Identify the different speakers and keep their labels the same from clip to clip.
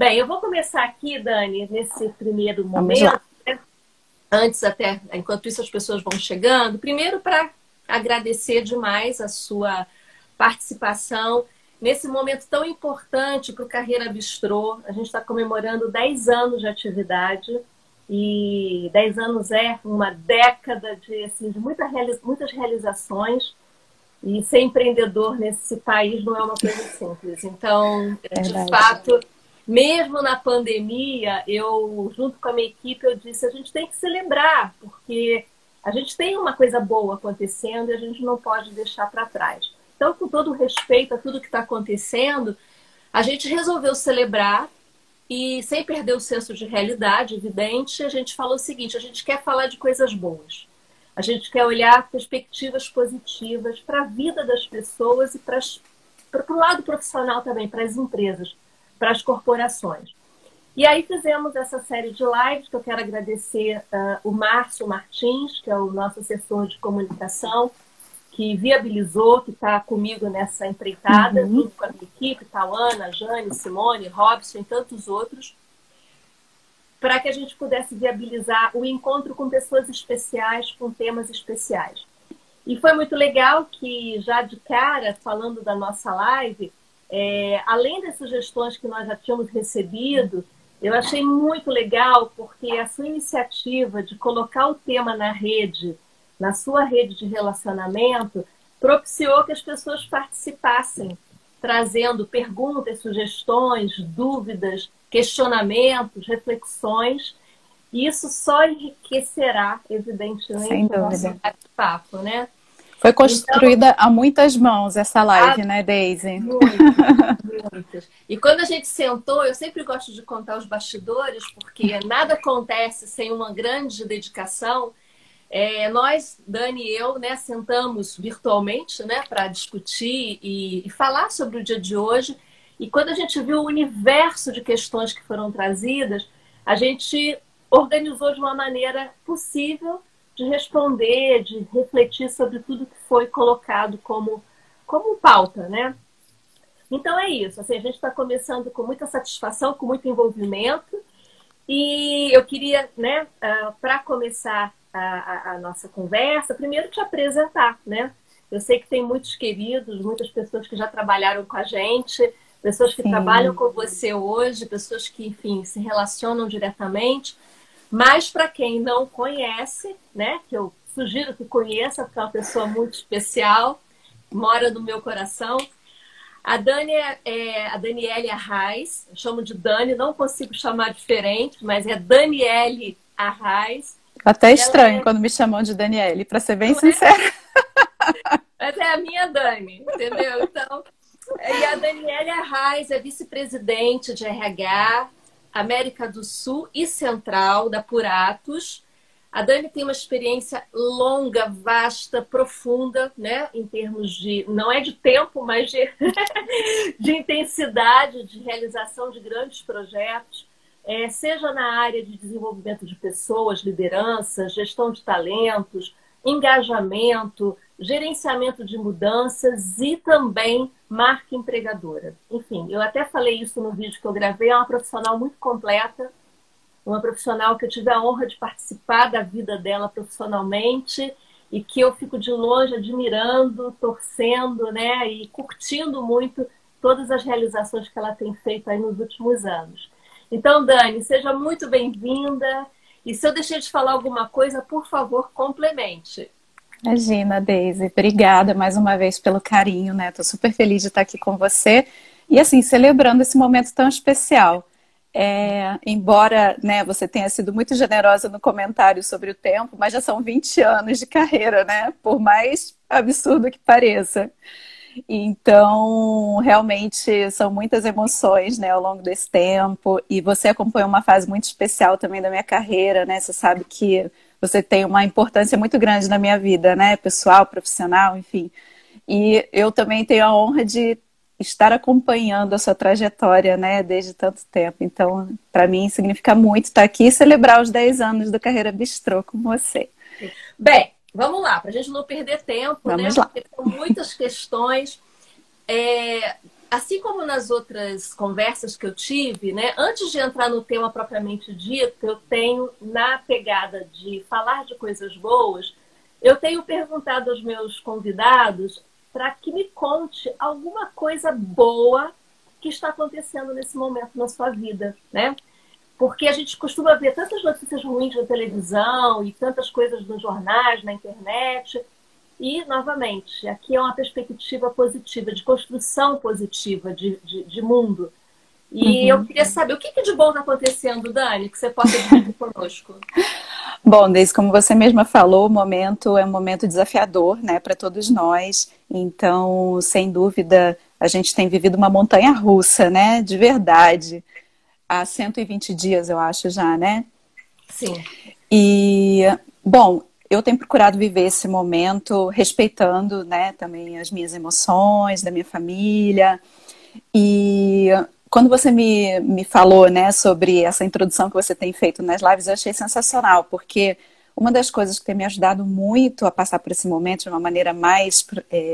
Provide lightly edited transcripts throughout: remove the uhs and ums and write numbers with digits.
Speaker 1: Bem, eu vou começar aqui, Dani, nesse primeiro
Speaker 2: Vamos lá.
Speaker 1: momento, né? Antes até, enquanto isso as pessoas vão chegando. Primeiro, para agradecer demais a sua participação nesse momento tão importante para o Carreira Bistrô. A gente está comemorando 10 anos de atividade e 10 anos é uma década de, assim, de muitas realizações. E ser empreendedor nesse país não é uma coisa simples. Então, de
Speaker 2: Verdade.
Speaker 1: fato, mesmo na pandemia, eu, junto com a minha equipe, eu disse, a gente tem que celebrar, porque a gente tem uma coisa boa acontecendo e a gente não pode deixar para trás. Então, com todo respeito a tudo que está acontecendo, a gente resolveu celebrar e, sem perder o senso de realidade, evidente, a gente falou o seguinte, a gente quer falar de coisas boas. A gente quer olhar perspectivas positivas para a vida das pessoas e para o lado profissional também, para as empresas, para as corporações. E aí fizemos essa série de lives, que eu quero agradecer o Márcio Martins, que é o nosso assessor de comunicação, que viabilizou, que está comigo nessa empreitada, junto com a minha equipe, Tauana, Jane, Simone, Robson e tantos outros, para que a gente pudesse viabilizar o encontro com pessoas especiais, com temas especiais. E foi muito legal que, já de cara, falando da nossa live, além das sugestões que nós já tínhamos recebido, eu achei muito legal porque a sua iniciativa de colocar o tema na rede, na sua rede de relacionamento, propiciou que as pessoas participassem, trazendo perguntas, sugestões, dúvidas, questionamentos, reflexões, e isso só enriquecerá, evidentemente, o nosso bate-papo, né?
Speaker 2: Foi construída a muitas mãos essa live, né, Deise?
Speaker 1: Muitas. E quando a gente sentou, eu sempre gosto de contar os bastidores, porque nada acontece sem uma grande dedicação. Nós, Dani e eu, né, sentamos virtualmente, né, para discutir e falar sobre o dia de hoje. E quando a gente viu o universo de questões que foram trazidas, a gente organizou de uma maneira possível de responder, de refletir sobre tudo que foi colocado como pauta, né? Então é isso. Assim, a gente está começando com muita satisfação, com muito envolvimento. E eu queria, né, para começar a nossa conversa, primeiro te apresentar, né? Eu sei que tem muitos queridos, muitas pessoas que já trabalharam com a gente, pessoas que trabalham com você hoje, pessoas que, enfim, se relacionam diretamente. Mas para quem não conhece, né, que eu sugiro que conheça, porque é uma pessoa muito especial, mora no meu coração. A Dani a Daniele Arraes, eu chamo de Dani, não consigo chamar diferente, mas é Daniele Arraes.
Speaker 2: Até estranho quando me chamam de Daniele, para ser bem sincera.
Speaker 1: Mas é a minha Dani, entendeu? Então, e a Daniele Arraes é vice-presidente de RH, América do Sul e Central da Puratos. A Dani tem uma experiência longa, vasta, profunda, né? Em termos de, não é de tempo, mas de intensidade, de realização de grandes projetos, seja na área de desenvolvimento de pessoas, liderança, gestão de talentos, engajamento, gerenciamento de mudanças e também marca empregadora. Enfim, eu até falei isso no vídeo que eu gravei, é uma profissional muito completa, uma profissional que eu tive a honra de participar da vida dela profissionalmente e que eu fico de longe admirando, torcendo, né, e curtindo muito todas as realizações que ela tem feito aí nos últimos anos. Então, Dani, seja muito bem-vinda. E se eu deixei de falar alguma coisa, por favor, complemente.
Speaker 2: Imagina, Deise. Obrigada mais uma vez pelo carinho, né? Tô super feliz de estar aqui com você. E assim, celebrando esse momento tão especial. Embora, né, você tenha sido muito generosa no comentário sobre o tempo, mas já são 20 anos de carreira, né? Por mais absurdo que pareça. Então, realmente são muitas emoções, né, ao longo desse tempo. E você acompanhou uma fase muito especial também da minha carreira, né? Você sabe que você tem uma importância muito grande na minha vida, né? Pessoal, profissional, enfim. E eu também tenho a honra de estar acompanhando a sua trajetória, né, desde tanto tempo. Então, para mim, significa muito estar aqui e celebrar os 10 anos do Carreira Bistrô com você.
Speaker 1: Bem, vamos lá, para a gente não perder tempo,
Speaker 2: vamos
Speaker 1: né?
Speaker 2: Lá.
Speaker 1: Porque são muitas questões. assim como nas outras conversas que eu tive, né, antes de entrar no tema propriamente dito, eu tenho, na pegada de falar de coisas boas, eu tenho perguntado aos meus convidados para que me conte alguma coisa boa que está acontecendo nesse momento na sua vida, né? Porque a gente costuma ver tantas notícias ruins na televisão e tantas coisas nos jornais, na internet. E, novamente, aqui é uma perspectiva positiva, de construção positiva de mundo. E eu queria saber, o que de bom está acontecendo, Dani, que você possa dividir conosco?
Speaker 2: Bom, Deise, como você mesma falou, o momento é um momento desafiador, né, para todos nós. Então, sem dúvida, a gente tem vivido uma montanha-russa, né, de verdade. Há 120 dias, eu acho já, né?
Speaker 1: Sim.
Speaker 2: E, bom, eu tenho procurado viver esse momento respeitando, né, também as minhas emoções, da minha família. E quando você me falou, né, sobre essa introdução que você tem feito nas lives, eu achei sensacional, porque uma das coisas que tem me ajudado muito a passar por esse momento de uma maneira mais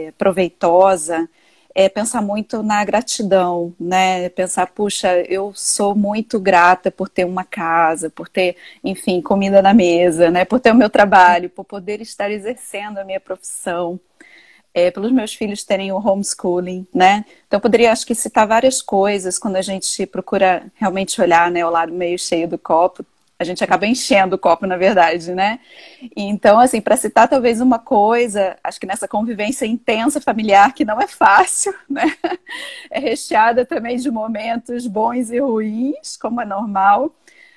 Speaker 2: proveitosa é pensar muito na gratidão, né? Pensar, puxa, eu sou muito grata por ter uma casa, por ter, enfim, comida na mesa, né? Por ter o meu trabalho, por poder estar exercendo a minha profissão, pelos meus filhos terem o homeschooling, né? Então, eu poderia, acho que, citar várias coisas quando a gente procura realmente olhar, né, o lado meio cheio do copo. A gente acaba enchendo o copo, na verdade, né? Então, assim, para citar talvez uma coisa, acho que nessa convivência intensa familiar, que não é fácil, né? É recheada também de momentos bons e ruins, como é normal.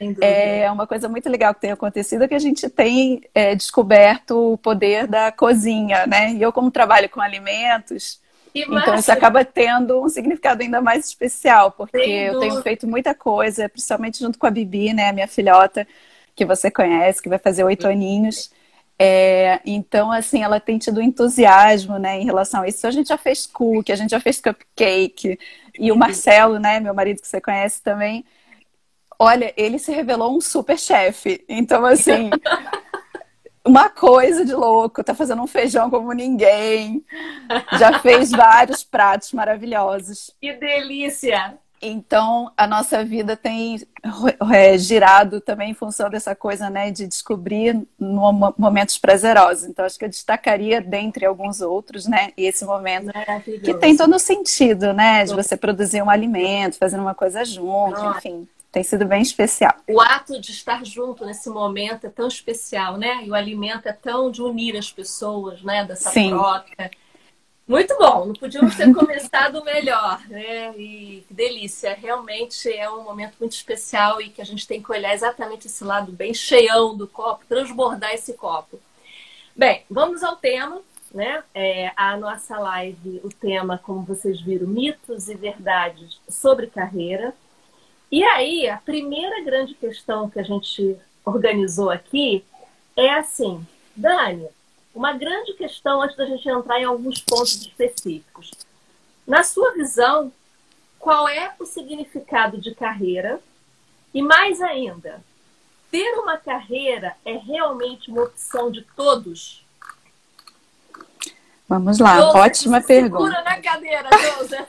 Speaker 2: É uma coisa muito legal que tem acontecido, é que a gente tem descoberto o poder da cozinha, né? E eu, como trabalho com alimentos, então isso acaba tendo um significado ainda mais especial, porque eu tenho feito muita coisa, principalmente junto com a Bibi, né, a minha filhota, que você conhece, que vai fazer 8 aninhos. Então, assim, ela tem tido entusiasmo, né, em relação a isso. A gente já fez cookie, a gente já fez cupcake, e o Marcelo, né, meu marido, que você conhece também, olha, ele se revelou um super chefe. Então, assim, uma coisa de louco, tá fazendo um feijão como ninguém. Já fez vários pratos maravilhosos.
Speaker 1: Que delícia!
Speaker 2: Então, a nossa vida tem girado também em função dessa coisa, né, de descobrir momentos prazerosos. Então, acho que eu destacaria, dentre alguns outros, né, esse momento que tem todo o sentido, né, de você produzir um alimento, fazer uma coisa junto, enfim. Tem sido bem especial.
Speaker 1: O ato de estar junto nesse momento é tão especial, né? E o alimento é tão de unir as pessoas, né? Dessa troca. Muito bom, não podíamos ter começado melhor, né? E que delícia, realmente é um momento muito especial e que a gente tem que olhar exatamente esse lado bem cheião do copo, transbordar esse copo. Bem, vamos ao tema, né? A nossa live, o tema, como vocês viram, mitos e verdades sobre carreira. E aí, a primeira grande questão que a gente organizou aqui é assim, Dani, uma grande questão antes da gente entrar em alguns pontos específicos. Na sua visão, qual é o significado de carreira? E mais ainda, ter uma carreira é realmente uma opção de todos?
Speaker 2: Vamos lá, Joseph, ótima pergunta.
Speaker 1: Segura na cadeira, Joseph.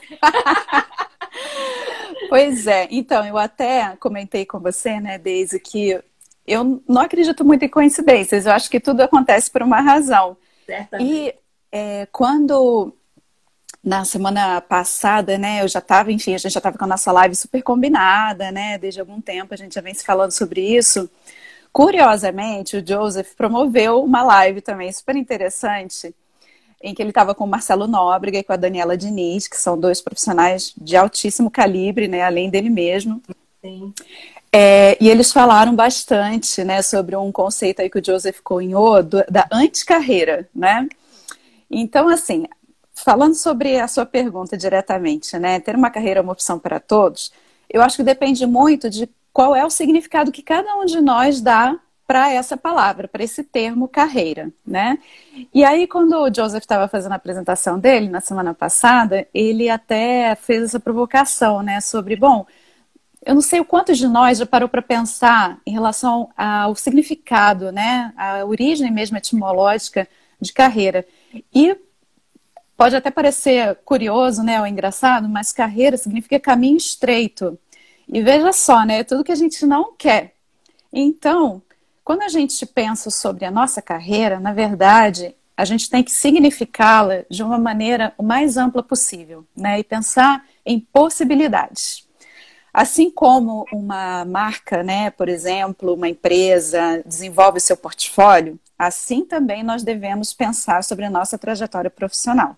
Speaker 2: Pois é, então, eu até comentei com você, né, Deise, que eu não acredito muito em coincidências, eu acho que tudo acontece por uma razão.
Speaker 1: Certamente.
Speaker 2: E quando, na semana passada, né, eu já estava, enfim, a gente já estava com a nossa live super combinada, né, desde algum tempo a gente já vem se falando sobre isso. Curiosamente, o Joseph promoveu uma live também super interessante, em que ele estava com o Marcelo Nóbrega e com a Daniela Diniz, que são dois profissionais de altíssimo calibre, né, além dele mesmo.
Speaker 1: Sim.
Speaker 2: E eles falaram bastante, né, sobre um conceito aí que o Joseph cunhou da anticarreira, né? Então, assim, falando sobre a sua pergunta diretamente, né, ter uma carreira é uma opção para todos, eu acho que depende muito de qual é o significado que cada um de nós dá para essa palavra, para esse termo carreira, né? E aí, quando o Joseph estava fazendo a apresentação dele na semana passada, ele até fez essa provocação, né, sobre, bom, eu não sei o quanto de nós já parou para pensar em relação ao significado, né, a origem mesmo etimológica de carreira. E pode até parecer curioso, né, ou engraçado, mas carreira significa caminho estreito. E veja só, né, é tudo que a gente não quer. Então, quando a gente pensa sobre a nossa carreira, na verdade, a gente tem que significá-la de uma maneira o mais ampla possível, né, e pensar em possibilidades. Assim como uma marca, né, por exemplo, uma empresa desenvolve seu portfólio, assim também nós devemos pensar sobre a nossa trajetória profissional.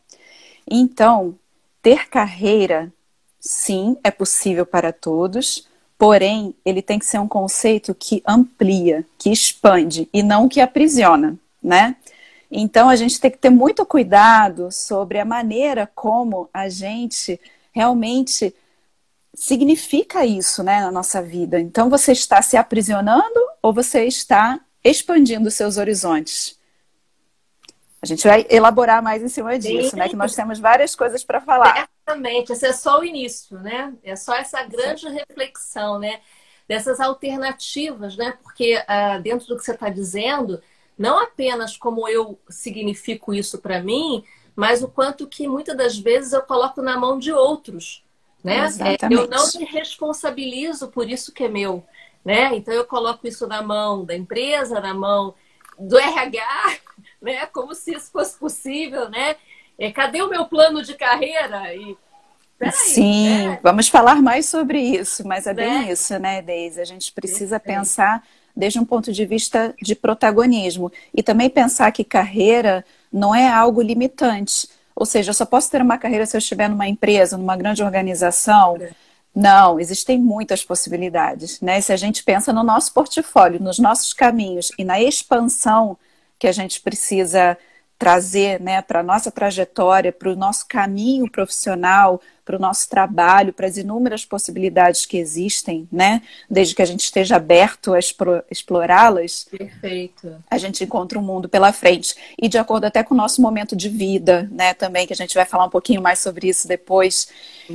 Speaker 2: Então, ter carreira, sim, é possível para todos, porém, ele tem que ser um conceito que amplia, que expande e não que aprisiona, né? Então, a gente tem que ter muito cuidado sobre a maneira como a gente realmente significa isso, né, na nossa vida. Então, você está se aprisionando ou você está expandindo seus horizontes? A gente vai elaborar mais em cima disso, né, que nós temos várias coisas para falar.
Speaker 1: Exatamente, esse é só o início, né? É só essa grande reflexão, né? Dessas alternativas, né? Porque dentro do que você está dizendo, não apenas como eu significo isso para mim, mas o quanto que muitas das vezes eu coloco na mão de outros, né? Eu não me responsabilizo por isso que é meu, né? Então eu coloco isso na mão da empresa, na mão do RH, né? Como se isso fosse possível, né? Cadê o meu plano de carreira?
Speaker 2: Sim, né? Vamos falar mais sobre isso, mas é bem isso, né, Deise? A gente precisa pensar desde um ponto de vista de protagonismo e também pensar que carreira não é algo limitante. Ou seja, eu só posso ter uma carreira se eu estiver numa empresa, numa grande organização. Não, existem muitas possibilidades, né? Se a gente pensa no nosso portfólio, nos nossos caminhos e na expansão que a gente precisa trazer, né, para a nossa trajetória, para o nosso caminho profissional, para o nosso trabalho, para as inúmeras possibilidades que existem, né, desde que a gente esteja aberto a explorá-las.
Speaker 1: Perfeito.
Speaker 2: A gente encontra um mundo pela frente. E de acordo até com o nosso momento de vida, né, também, que a gente vai falar um pouquinho mais sobre isso depois.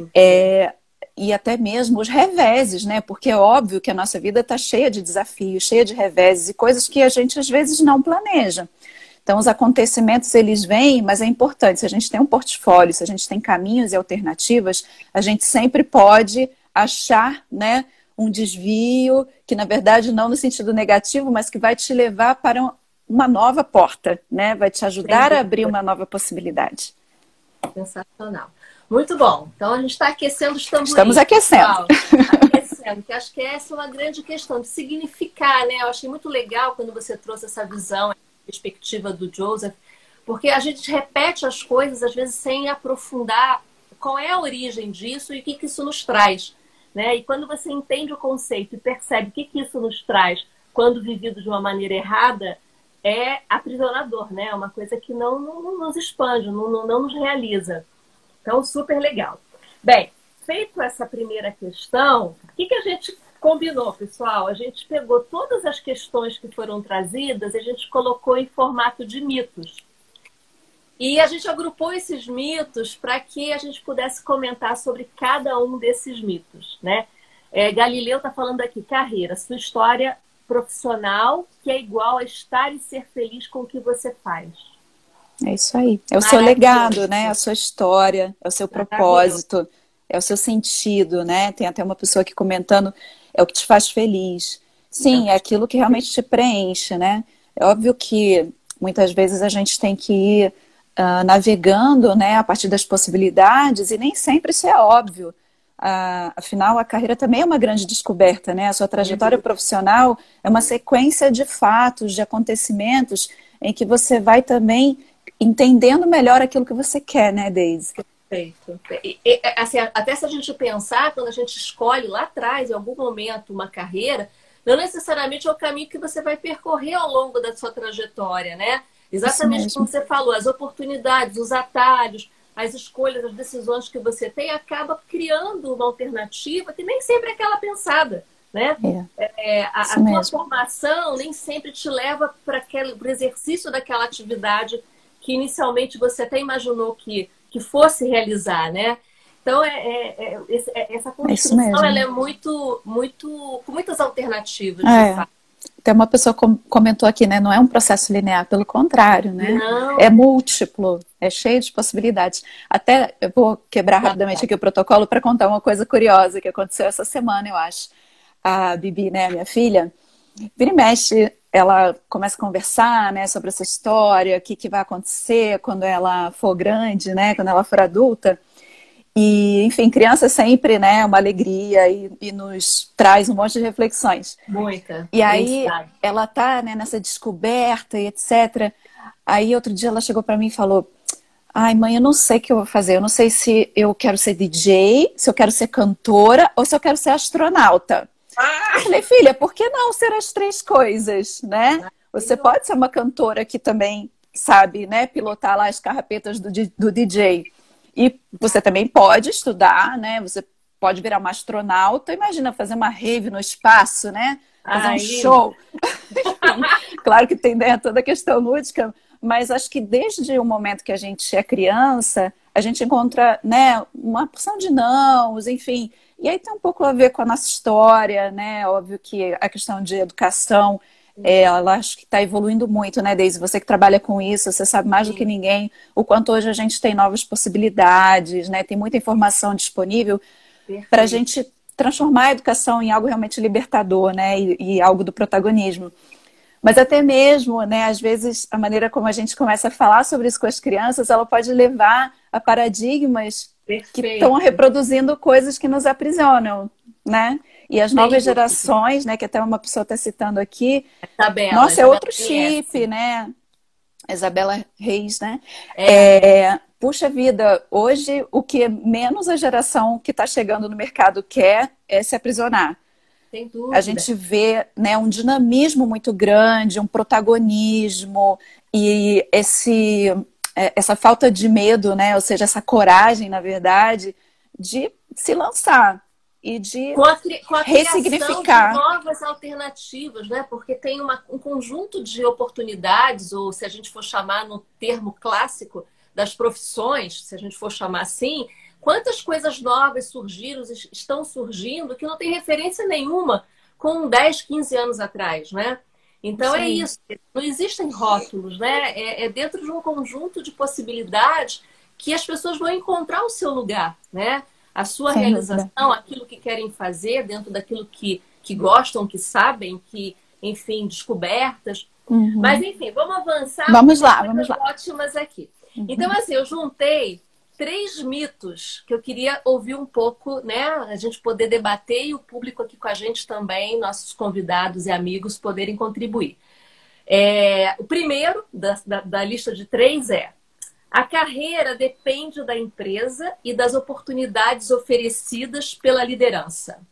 Speaker 2: E até mesmo os reveses, né? Porque é óbvio que a nossa vida está cheia de desafios, cheia de reveses e coisas que a gente às vezes não planeja. Então, os acontecimentos, eles vêm, mas é importante, se a gente tem um portfólio, se a gente tem caminhos e alternativas, a gente sempre pode achar, né, um desvio, que na verdade não no sentido negativo, mas que vai te levar para uma nova porta, né? Vai te ajudar a abrir uma nova possibilidade.
Speaker 1: Sensacional. Muito bom. Então, a gente está aquecendo os tamborins.
Speaker 2: Estamos aquecendo.
Speaker 1: Aquecendo, que acho que essa é uma grande questão de significar, né? Eu achei muito legal quando você trouxe essa visão, perspectiva do Joseph, porque a gente repete as coisas, às vezes, sem aprofundar qual é a origem disso e o que isso nos traz, né? E quando você entende o conceito e percebe o que isso nos traz quando vivido de uma maneira errada, é aprisionador, né? É uma coisa que não nos expande, não nos realiza. Então, super legal. Bem, feito essa primeira questão, o que a gente combinou, pessoal? A gente pegou todas as questões que foram trazidas e a gente colocou em formato de mitos. E a gente agrupou esses mitos para que a gente pudesse comentar sobre cada um desses mitos, né? Galileu está falando aqui, carreira, sua história profissional que é igual a estar e ser feliz com o que você faz.
Speaker 2: É isso aí. É o seu legado, né? A sua história, é o seu propósito, é o seu sentido, né? Tem até uma pessoa aqui comentando, é o que te faz feliz. Sim, é aquilo que realmente te preenche, né? É óbvio que muitas vezes a gente tem que ir navegando, né, a partir das possibilidades e nem sempre isso é óbvio. Afinal, a carreira também é uma grande descoberta, né? A sua trajetória profissional é uma sequência de fatos, de acontecimentos em que você vai também entendendo melhor aquilo que você quer, né, Deise?
Speaker 1: Perfeito. Assim, até se a gente pensar, quando a gente escolhe lá atrás, em algum momento, uma carreira, não necessariamente é o caminho que você vai percorrer ao longo da sua trajetória, né? Exatamente como você falou, as oportunidades, os atalhos, as escolhas, as decisões que você tem, acaba criando uma alternativa que nem sempre é aquela pensada, né? A tua formação nem sempre te leva para o exercício daquela atividade que inicialmente você até imaginou que fosse realizar, né? Então, essa construção ela é muito, com muitas alternativas, de fato.
Speaker 2: Até uma pessoa comentou aqui, né? Não é um processo linear, pelo contrário, né?
Speaker 1: Não.
Speaker 2: É múltiplo, é cheio de possibilidades. Até eu vou quebrar rapidamente aqui o protocolo para contar uma coisa curiosa que aconteceu essa semana, eu acho. A Bibi, né, minha filha, vira e mexe, ela começa a conversar, né, sobre essa história, o que, que vai acontecer quando ela for grande, né, quando ela for adulta. E, enfim, criança sempre, né, uma alegria e nos traz um monte de reflexões.
Speaker 1: Muita
Speaker 2: E aí
Speaker 1: densidade.
Speaker 2: ela tá, né, nessa descoberta e etc. Aí outro dia ela chegou para mim e falou: ai, mãe, eu não sei o que eu vou fazer. Eu não sei se eu quero ser DJ, se eu quero ser cantora ou se eu quero ser astronauta. Eu falei: filha, por que não ser as três coisas, né? Você pode ser uma cantora que também sabe, né, pilotar lá as carrapetas do DJ. E você também pode estudar, né? Você pode virar uma astronauta. Imagina fazer uma rave no espaço, né? Fazer um show. Enfim, claro que tem, né, toda a questão lúdica, mas acho que desde o momento que a gente é criança, a gente encontra, né, uma porção de nãos, enfim. E aí tem um pouco a ver com a nossa história, né? Óbvio que a questão de educação, ela acho que está evoluindo muito, né, Deise? Você que trabalha com isso, você sabe mais do que ninguém o quanto hoje a gente tem novas possibilidades, né? Tem muita informação disponível para a gente transformar a educação em algo realmente libertador, né? E algo do protagonismo. Mas até mesmo, né, às vezes, a maneira como a gente começa a falar sobre isso com as crianças, ela pode levar a paradigmas que estão reproduzindo coisas que nos aprisionam, né? E as novas gerações, né, que até uma pessoa está citando aqui, nossa, é outro chip, né? Isabela Reis, né? Puxa vida, hoje o que menos a geração que está chegando no mercado quer é se aprisionar.
Speaker 1: Sem dúvida.
Speaker 2: A gente vê, né, um dinamismo muito grande, um protagonismo e essa falta de medo, né, ou seja, essa coragem, na verdade, de se lançar e de
Speaker 1: com a
Speaker 2: ressignificar.
Speaker 1: Criação de novas alternativas, né? Porque tem um conjunto de oportunidades, ou se a gente for chamar no termo clássico das profissões, se a gente for chamar assim, quantas coisas novas surgiram, estão surgindo, que não tem referência nenhuma com 10, 15 anos atrás, né? Então é isso, não existem rótulos, né? É dentro de um conjunto de possibilidades que as pessoas vão encontrar o seu lugar, né? A sua realização, aquilo que querem fazer, dentro daquilo que gostam, que sabem, que, enfim, descobertas. Mas, enfim, vamos avançar.
Speaker 2: Vamos lá.
Speaker 1: Ótimas aqui. Então, assim, eu juntei 3 mitos que eu queria ouvir um pouco, né? A gente poder debater e o público aqui com a gente também, nossos convidados e amigos, poderem contribuir. O primeiro da lista de 3 é: a carreira depende da empresa e das oportunidades oferecidas pela liderança.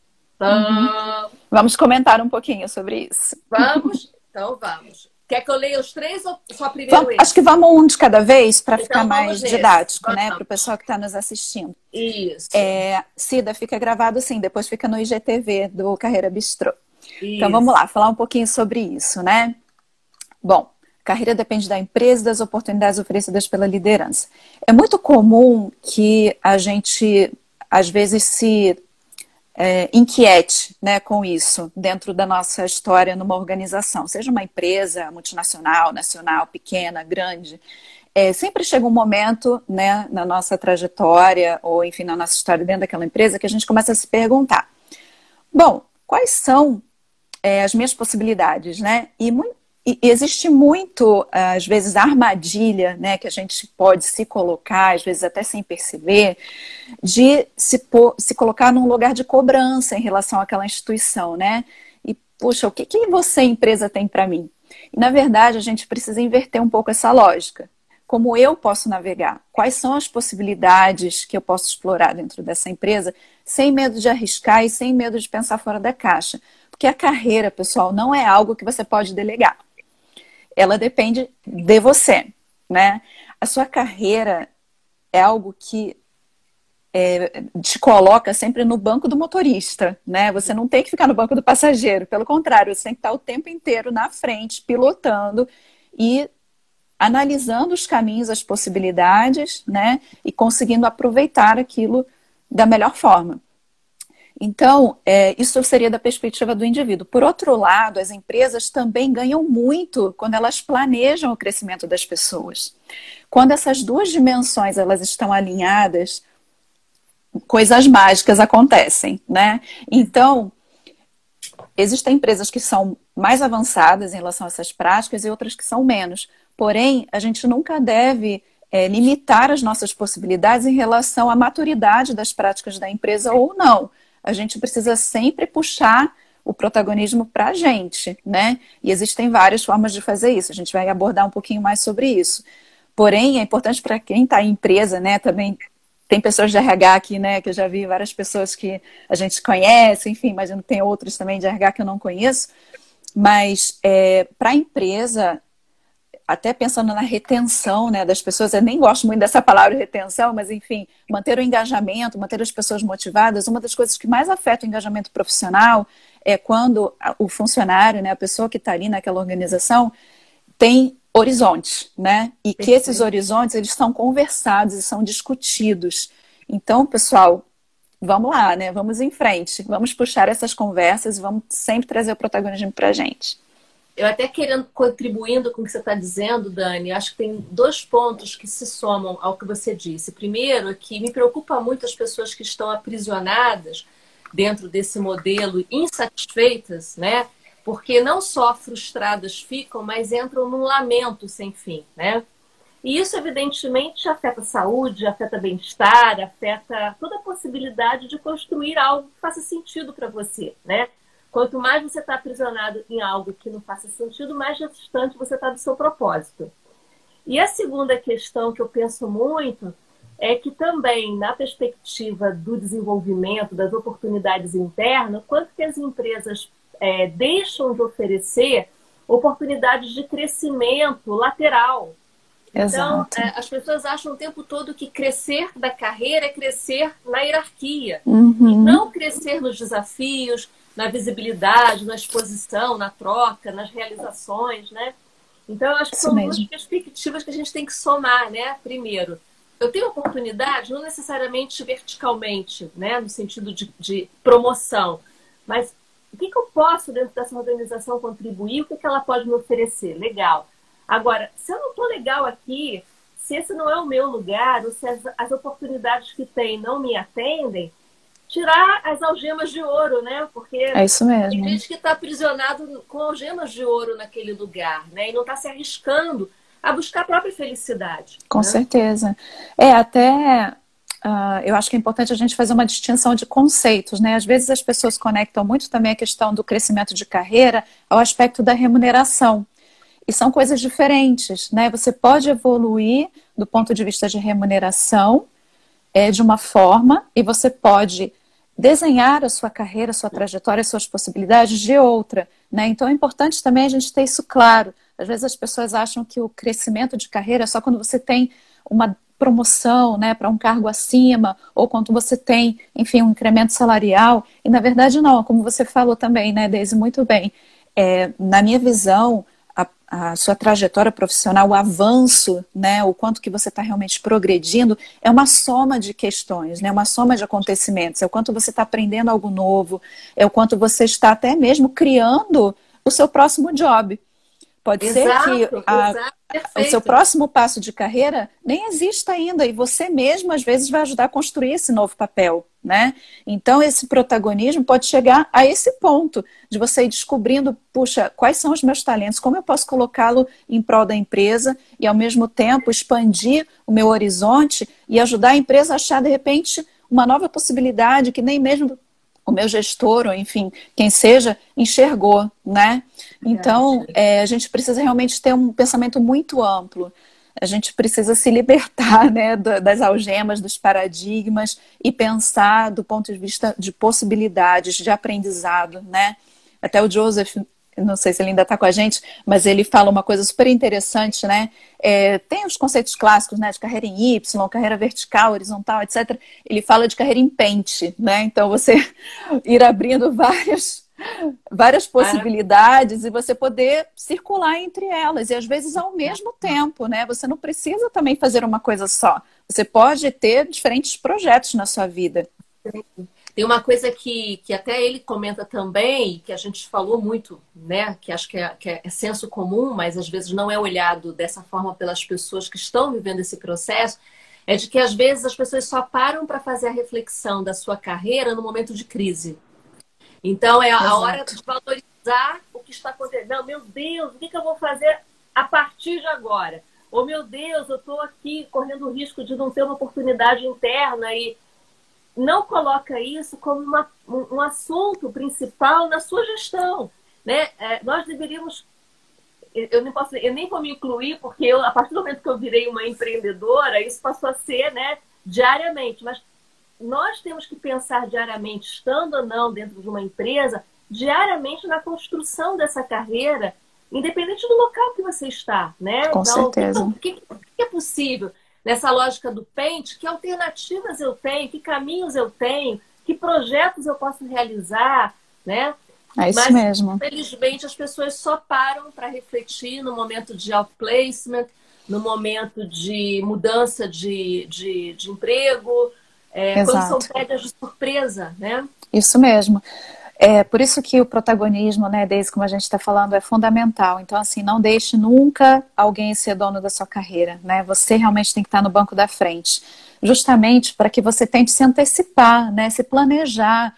Speaker 2: Vamos comentar um pouquinho sobre isso.
Speaker 1: Vamos? Então vamos. Quer que eu leia os 3 ou só primeiro esse?
Speaker 2: Acho que vamos um de cada vez para
Speaker 1: Então,
Speaker 2: ficar mais didático, né?
Speaker 1: Vamos.
Speaker 2: Para o pessoal que está nos assistindo.
Speaker 1: Isso.
Speaker 2: Cida, fica gravado sim, depois fica no IGTV do Carreira Bistrô.
Speaker 1: Isso.
Speaker 2: Então vamos lá, falar um pouquinho sobre isso, né? Bom, carreira depende da empresa e das oportunidades oferecidas pela liderança. É muito comum que a gente, às vezes, se inquiete, né, com isso dentro da nossa história numa organização, seja uma empresa multinacional, nacional, pequena, grande. Sempre chega um momento, né, na nossa trajetória ou, enfim, na nossa história dentro daquela empresa que a gente começa a se perguntar: bom, quais são as minhas possibilidades, né? E existe muito, às vezes, a armadilha, né, que a gente pode se colocar, às vezes até sem perceber, de se colocar num lugar de cobrança em relação àquela instituição, né? E, puxa, o que você, empresa, tem para mim? E, na verdade, a gente precisa inverter um pouco essa lógica. Como eu posso navegar? Quais são as possibilidades que eu posso explorar dentro dessa empresa sem medo de arriscar e sem medo de pensar fora da caixa? Porque a carreira, pessoal, não é algo que você pode delegar. Ela depende de você, né? A sua carreira é algo que te coloca sempre no banco do motorista, né? Você não tem que ficar no banco do passageiro, pelo contrário, você tem que estar o tempo inteiro na frente, pilotando e analisando os caminhos, as possibilidades, né? E conseguindo aproveitar aquilo da melhor forma. Então, isso seria da perspectiva do indivíduo. Por outro lado, as empresas também ganham muito quando elas planejam o crescimento das pessoas. Quando essas duas dimensões elas estão alinhadas, coisas mágicas acontecem, né? Então, existem empresas que são mais avançadas em relação a essas práticas e outras que são menos. Porém, a gente nunca deve limitar as nossas possibilidades em relação à maturidade das práticas da empresa ou não. A gente precisa sempre puxar o protagonismo para a gente, né? E existem várias formas de fazer isso. A gente vai abordar um pouquinho mais sobre isso. Porém, é importante para quem está em empresa, né? Também tem pessoas de RH aqui, né? Que eu já vi várias pessoas que a gente conhece, enfim, imagino que tem outros também de RH que eu não conheço. Mas para a empresa, até pensando na retenção, né, das pessoas, eu nem gosto muito dessa palavra retenção, mas enfim, manter o engajamento, manter as pessoas motivadas, uma das coisas que mais afeta o engajamento profissional é quando o funcionário, né, a pessoa que está ali naquela organização, tem horizontes, né? E que esses horizontes, eles são conversados e são discutidos. Então, pessoal, vamos lá, né? Vamos em frente. Vamos puxar essas conversas e vamos sempre trazer o protagonismo para a gente.
Speaker 1: Eu até contribuindo com o que você está dizendo, Dani, acho que tem dois pontos que se somam ao que você disse. Primeiro, é que me preocupa muito as pessoas que estão aprisionadas dentro desse modelo, insatisfeitas, né? Porque não só frustradas ficam, mas entram num lamento sem fim, né? E isso, evidentemente, afeta a saúde, afeta bem-estar, afeta toda a possibilidade de construir algo que faça sentido para você, né? Quanto mais você está aprisionado em algo que não faça sentido, mais distante você está do seu propósito. E a segunda questão que eu penso muito é que também, na perspectiva do desenvolvimento, das oportunidades internas, quanto que as empresas deixam de oferecer oportunidades de crescimento lateral.
Speaker 2: Exato.
Speaker 1: Então, as pessoas acham o tempo todo que crescer da carreira é crescer na hierarquia.
Speaker 2: Uhum.
Speaker 1: E não crescer nos desafios, na visibilidade, na exposição, na troca, nas realizações, né? Então, eu acho que são duas perspectivas que a gente tem que somar, né? Primeiro, eu tenho oportunidade, não necessariamente verticalmente, né? No sentido de promoção, mas o que eu posso, dentro dessa organização, contribuir? O que ela pode me oferecer? Legal. Agora, se eu não estou legal aqui, se esse não é o meu lugar, ou se as oportunidades que tem não me atendem, tirar as algemas de ouro, né? Porque
Speaker 2: é isso mesmo.
Speaker 1: Tem gente que está aprisionado com algemas de ouro naquele lugar, né? E não está se arriscando a buscar a própria felicidade.
Speaker 2: Com
Speaker 1: né?
Speaker 2: certeza. Eu acho que é importante a gente fazer uma distinção de conceitos, né? Às vezes as pessoas conectam muito também a questão do crescimento de carreira ao aspecto da remuneração. E são coisas diferentes, né? Você pode evoluir do ponto de vista de remuneração de uma forma e você pode desenhar a sua carreira, a sua trajetória, as suas possibilidades de outra, né? Então é importante também a gente ter isso claro. Às vezes as pessoas acham que o crescimento de carreira é só quando você tem uma promoção, né, para um cargo acima, ou quando você tem, enfim, um incremento salarial, e na verdade não, como você falou também, né, Deise, muito bem, na minha visão, a sua trajetória profissional, o avanço, né, o quanto que você está realmente progredindo, é uma soma de questões, né, uma soma de acontecimentos, é o quanto você está aprendendo algo novo, é o quanto você está até mesmo criando o seu próximo job. Pode ser que o seu próximo passo de carreira nem exista ainda e você mesmo, às vezes, vai ajudar a construir esse novo papel, né? Então, esse protagonismo pode chegar a esse ponto de você ir descobrindo, puxa, quais são os meus talentos, como eu posso colocá-lo em prol da empresa e, ao mesmo tempo, expandir o meu horizonte e ajudar a empresa a achar, de repente, uma nova possibilidade que nem mesmo o meu gestor, ou enfim, quem seja, enxergou, né? Então, a gente precisa realmente ter um pensamento muito amplo. A gente precisa se libertar, né, das algemas, dos paradigmas e pensar do ponto de vista de possibilidades, de aprendizado, né? Até o Joseph, não sei se ele ainda está com a gente, mas ele fala uma coisa super interessante, né? Tem os conceitos clássicos, né, de carreira em Y, carreira vertical, horizontal, etc. Ele fala de carreira em pente, né? Então você ir abrindo várias possibilidades e você poder circular entre elas e às vezes ao mesmo tempo, né? Você não precisa também fazer uma coisa só. Você pode ter diferentes projetos na sua vida.
Speaker 1: Tem uma coisa que até ele comenta também, que a gente falou muito, né? Que acho que é senso comum, mas às vezes não é olhado dessa forma pelas pessoas que estão vivendo esse processo, é de que às vezes as pessoas só param para fazer a reflexão da sua carreira no momento de crise. Então é a hora
Speaker 2: Exato.
Speaker 1: de valorizar o que está acontecendo. Não, meu Deus, o que eu vou fazer a partir de agora? Ou, meu Deus, eu estou aqui correndo o risco de não ter uma oportunidade interna e não coloca isso como um assunto principal na sua gestão, né? Nós deveríamos, eu nem vou me incluir, porque a partir do momento que eu virei uma empreendedora, isso passou a ser, né, diariamente, mas nós temos que pensar diariamente, estando ou não dentro de uma empresa, diariamente na construção dessa carreira, independente do local que você está, né?
Speaker 2: Com
Speaker 1: Então,
Speaker 2: certeza.
Speaker 1: o que é possível nessa lógica do Paint? Que alternativas eu tenho? Que caminhos eu tenho? Que projetos eu posso realizar, né?
Speaker 2: É isso
Speaker 1: Mas,
Speaker 2: mesmo.
Speaker 1: infelizmente, as pessoas só param para refletir no momento de outplacement, no momento de mudança de emprego, quando são
Speaker 2: Exato.
Speaker 1: pegas de surpresa, né?
Speaker 2: Isso mesmo. É por isso que o protagonismo, né, desde como a gente está falando, é fundamental. Então, assim, não deixe nunca alguém ser dono da sua carreira, né? Você realmente tem que estar no banco da frente, justamente para que você tente se antecipar, né, se planejar.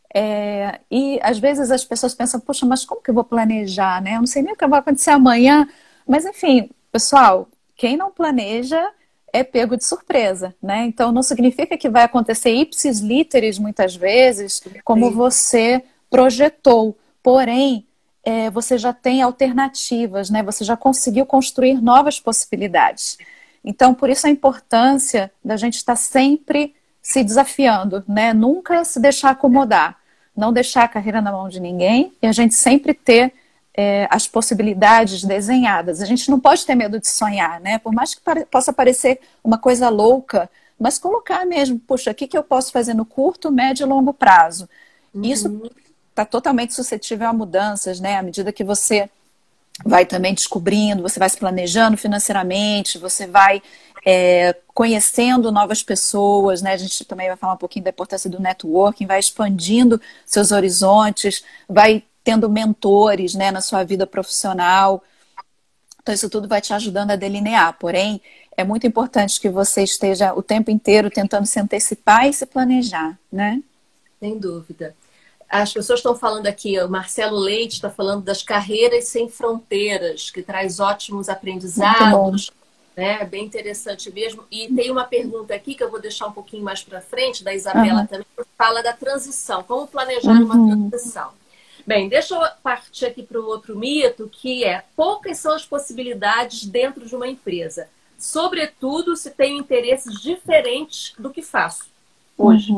Speaker 2: E às vezes as pessoas pensam, poxa, mas como que eu vou planejar, né? Eu não sei nem o que vai acontecer amanhã. Mas, enfim, pessoal, quem não planeja é pego de surpresa, né? Então não significa que vai acontecer ipsis literis muitas vezes, como você projetou. Porém, você já tem alternativas, né? Você já conseguiu construir novas possibilidades. Então, por isso a importância da gente estar sempre se desafiando, né? Nunca se deixar acomodar, não deixar a carreira na mão de ninguém e a gente sempre ter as possibilidades desenhadas. A gente não pode ter medo de sonhar, né? Por mais que possa parecer uma coisa louca, mas colocar mesmo, puxa, o que eu posso fazer no curto, médio e longo prazo? Isso está totalmente suscetível a mudanças, né? À medida que você vai também descobrindo, você vai se planejando financeiramente, você vai conhecendo novas pessoas, né? A gente também vai falar um pouquinho da importância do networking, vai expandindo seus horizontes, vai tendo mentores, né, na sua vida profissional. Então isso tudo vai te ajudando a delinear. Porém, é muito importante que você esteja o tempo inteiro tentando se antecipar e se planejar, né?
Speaker 1: Sem dúvida. As pessoas estão falando aqui, o Marcelo Leite está falando das carreiras sem fronteiras, que traz ótimos aprendizados, né? Bem interessante mesmo. E tem uma pergunta aqui que eu vou deixar um pouquinho mais para frente, da Isabela também, que fala da transição, como planejar uma transição. Bem, deixa eu partir aqui para o outro mito, que é poucas são as possibilidades dentro de uma empresa, sobretudo se tenho interesses diferentes do que faço hoje.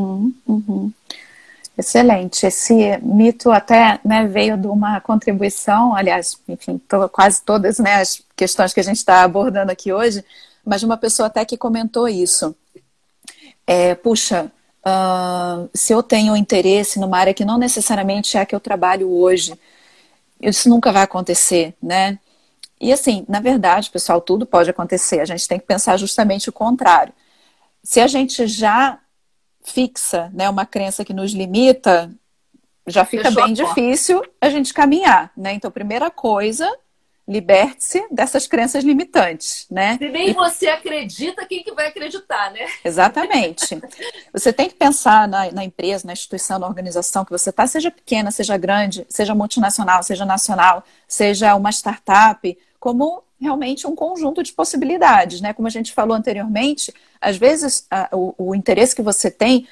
Speaker 2: Excelente. Esse mito até, né, veio de uma contribuição, aliás, enfim, quase todas, né, as questões que a gente está abordando aqui hoje, mas de uma pessoa até que comentou isso. Puxa, se eu tenho interesse numa área que não necessariamente é a que eu trabalho hoje, isso nunca vai acontecer, né? E assim, na verdade, pessoal, tudo pode acontecer. A gente tem que pensar justamente o contrário. Se a gente já fixa, né, uma crença que nos limita, já fica bem difícil a gente caminhar, né? Então, primeira coisa, liberte-se dessas crenças limitantes, né?
Speaker 1: Se nem você acredita, quem que vai acreditar, né?
Speaker 2: Exatamente. Você tem que pensar na empresa, na instituição, na organização que você está, seja pequena, seja grande, seja multinacional, seja nacional, seja uma startup, como realmente um conjunto de possibilidades, né? Como a gente falou anteriormente, às vezes o interesse que você tem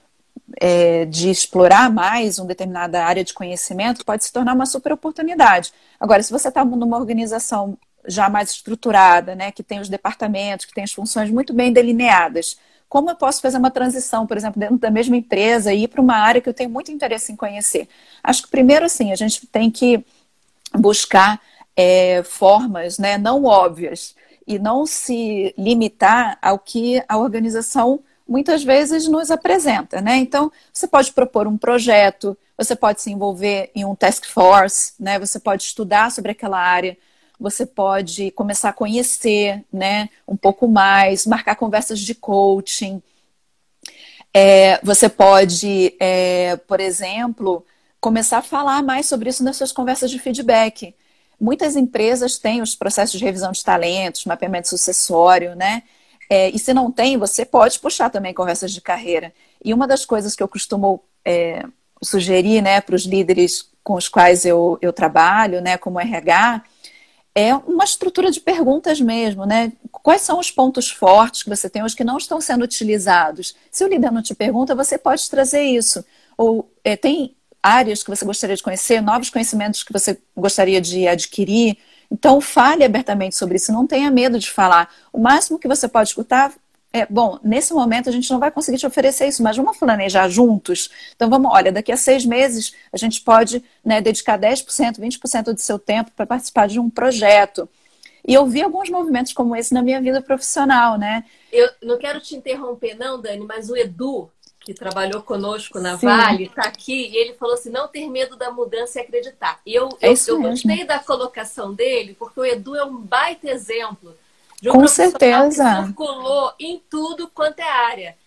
Speaker 2: de explorar mais uma determinada área de conhecimento pode se tornar uma super oportunidade. Agora, se você está numa organização já mais estruturada, né, que tem os departamentos, que tem as funções muito bem delineadas, como eu posso fazer uma transição, por exemplo, dentro da mesma empresa e ir para uma área que eu tenho muito interesse em conhecer? Acho que primeiro, assim, a gente tem que buscar formas, né, não óbvias e não se limitar ao que a organização muitas vezes nos apresenta, né? Então, você pode propor um projeto, você pode se envolver em um task force, né? Você pode estudar sobre aquela área, você pode começar a conhecer, né, um pouco mais, marcar conversas de coaching. Você pode, por exemplo, começar a falar mais sobre isso nas suas conversas de feedback. Muitas empresas têm os processos de revisão de talentos, mapeamento sucessório, né? E se não tem, você pode puxar também conversas de carreira. E uma das coisas que eu costumo sugerir, né, para os líderes com os quais eu trabalho, né, como RH, é uma estrutura de perguntas mesmo, né? Quais são os pontos fortes que você tem hoje que não estão sendo utilizados? Se o líder não te pergunta, você pode trazer isso. Ou tem áreas que você gostaria de conhecer, novos conhecimentos que você gostaria de adquirir. Então, fale abertamente sobre isso, não tenha medo de falar. O máximo que você pode escutar bom, nesse momento a gente não vai conseguir te oferecer isso, mas vamos planejar juntos? Então vamos, olha, daqui a 6 meses a gente pode, né, dedicar 10%, 20% do seu tempo para participar de um projeto. E eu vi alguns movimentos como esse na minha vida profissional, né?
Speaker 1: Eu não quero te interromper não, Dani, mas o Edu, que trabalhou conosco na
Speaker 2: Sim.
Speaker 1: Vale, está aqui e ele falou assim, não ter medo da mudança e acreditar. E eu gostei da colocação dele, porque o Edu é um baita exemplo de um
Speaker 2: Com
Speaker 1: profissional
Speaker 2: certeza.
Speaker 1: que circulou em tudo quanto é área.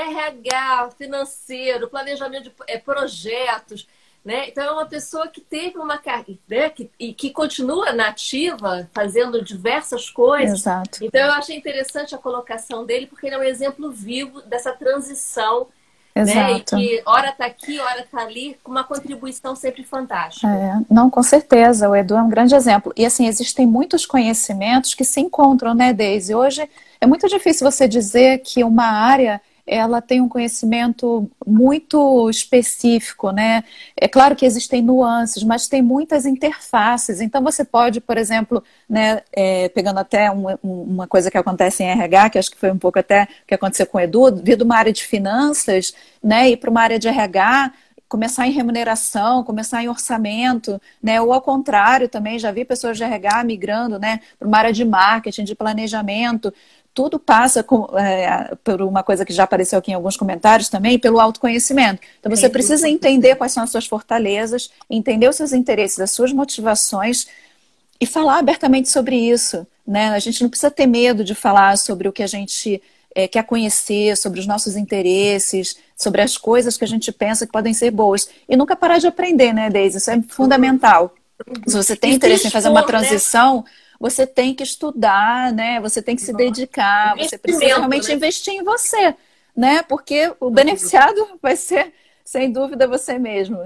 Speaker 1: RH, financeiro, planejamento de projetos, né? Então é uma pessoa que teve uma carreira, né? que continua nativa, fazendo diversas coisas.
Speaker 2: Exato.
Speaker 1: Então eu achei interessante a colocação dele, porque ele é um exemplo vivo dessa transição.
Speaker 2: Exato.
Speaker 1: Né? E que hora está aqui, hora está ali, com uma contribuição sempre fantástica.
Speaker 2: Não, com certeza, o Edu é um grande exemplo. E assim, existem muitos conhecimentos que se encontram, né, Deise? Hoje é muito difícil você dizer que uma área ela tem um conhecimento muito específico, né? É claro que existem nuances, mas tem muitas interfaces. Então você pode, por exemplo, né, pegando até uma coisa que acontece em RH, que acho que foi um pouco até o que aconteceu com o Edu, vir de uma área de finanças, né, ir para uma área de RH, começar em remuneração, começar em orçamento, né? Ou ao contrário também, já vi pessoas de RH migrando, né, para uma área de marketing, de planejamento. Tudo passa por uma coisa que já apareceu aqui em alguns comentários também, pelo autoconhecimento. Então você precisa entender quais são as suas fortalezas, entender os seus interesses, as suas motivações e falar abertamente sobre isso, né? A gente não precisa ter medo de falar sobre o que a gente quer conhecer, sobre os nossos interesses, sobre as coisas que a gente pensa que podem ser boas. E nunca parar de aprender, né, Deise? Isso é fundamental. Se você tem interesse em fazer uma transição, né? Você tem que estudar, né? Você tem que se dedicar, você precisa realmente investir em você, né? Porque o beneficiado vai ser, sem dúvida, você mesmo.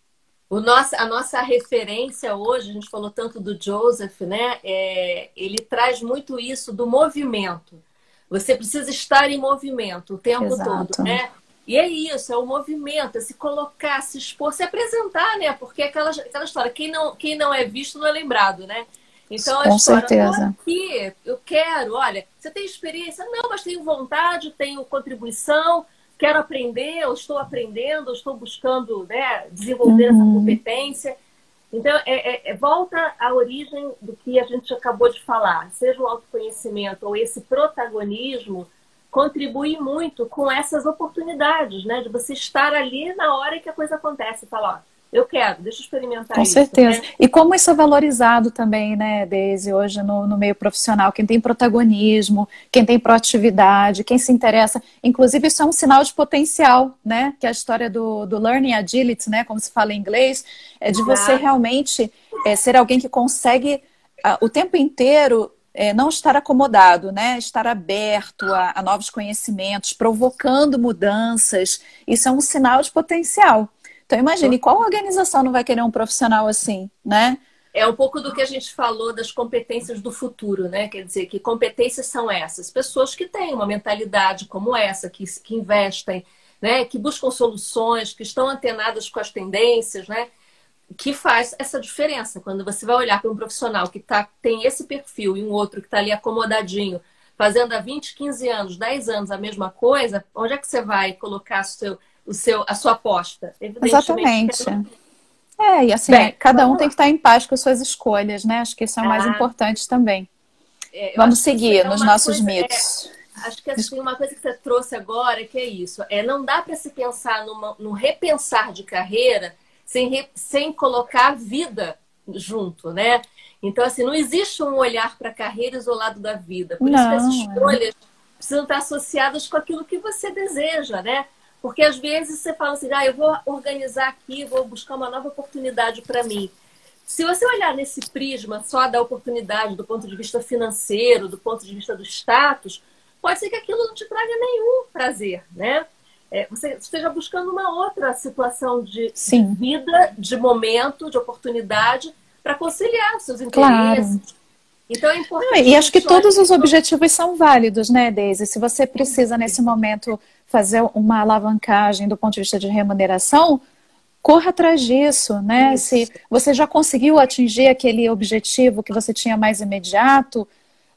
Speaker 1: A nossa referência hoje, a gente falou tanto do Joseph, né? Ele traz muito isso do movimento. Você precisa estar em movimento o tempo todo, né? E é isso, é o movimento, é se colocar, se expor, se apresentar, né? Porque é aquela história, quem não é visto não é lembrado, né? Então,
Speaker 2: com certeza.
Speaker 1: Eu tô aqui, eu quero, olha, você tem experiência? Não, mas tenho vontade, tenho contribuição, quero aprender, eu estou aprendendo, eu estou buscando, né, desenvolver essa competência. Então, volta à origem do que a gente acabou de falar, seja o autoconhecimento ou esse protagonismo, contribui muito com essas oportunidades, né, de você estar ali na hora que a coisa acontece e falar, ó, eu quero, deixa eu experimentar isso.
Speaker 2: Com certeza.
Speaker 1: Né?
Speaker 2: E como isso é valorizado também, né, Deise, hoje no meio profissional, quem tem protagonismo, quem tem proatividade, quem se interessa. Inclusive, isso é um sinal de potencial, né? Que é a história do Learning Agility, né? Como se fala em inglês, é de você realmente ser alguém que consegue o tempo inteiro não estar acomodado, né? Estar aberto a novos conhecimentos, provocando mudanças. Isso é um sinal de potencial. Então imagine, qual organização não vai querer um profissional assim, né?
Speaker 1: É um pouco do que a gente falou das competências do futuro, né? Quer dizer, que competências são essas? Pessoas que têm uma mentalidade como essa, que investem, né? Que buscam soluções, que estão antenadas com as tendências, né? Que faz essa diferença. Quando você vai olhar para um profissional que tem esse perfil e um outro que está ali acomodadinho, fazendo há 20, 15 anos, 10 anos a mesma coisa, onde é que você vai colocar a sua aposta?
Speaker 2: Exatamente. E assim, cada um tem que estar em paz com as suas escolhas, né? Acho que isso é o mais importante também. Vamos seguir nos nossos mitos.
Speaker 1: Acho que assim, uma coisa que você trouxe agora que é isso. Não dá para se pensar num repensar de carreira sem colocar a vida junto, né? Então, assim, não existe um olhar para a carreira isolado da vida. Por isso que as escolhas precisam estar associadas com aquilo que você deseja, né? Porque às vezes você fala assim, eu vou organizar aqui, vou buscar uma nova oportunidade para mim. Se você olhar nesse prisma só da oportunidade, do ponto de vista financeiro, do ponto de vista do status, pode ser que aquilo não te traga nenhum prazer, né? Você esteja buscando uma outra situação de vida, de momento, de oportunidade, para conciliar os seus interesses.
Speaker 2: Claro.
Speaker 1: Então é importante.
Speaker 2: E acho que todos os objetivos são válidos, né, Deise? Se você precisa, nesse momento, fazer uma alavancagem do ponto de vista de remuneração, corra atrás disso, né? Isso. Se você já conseguiu atingir aquele objetivo que você tinha mais imediato,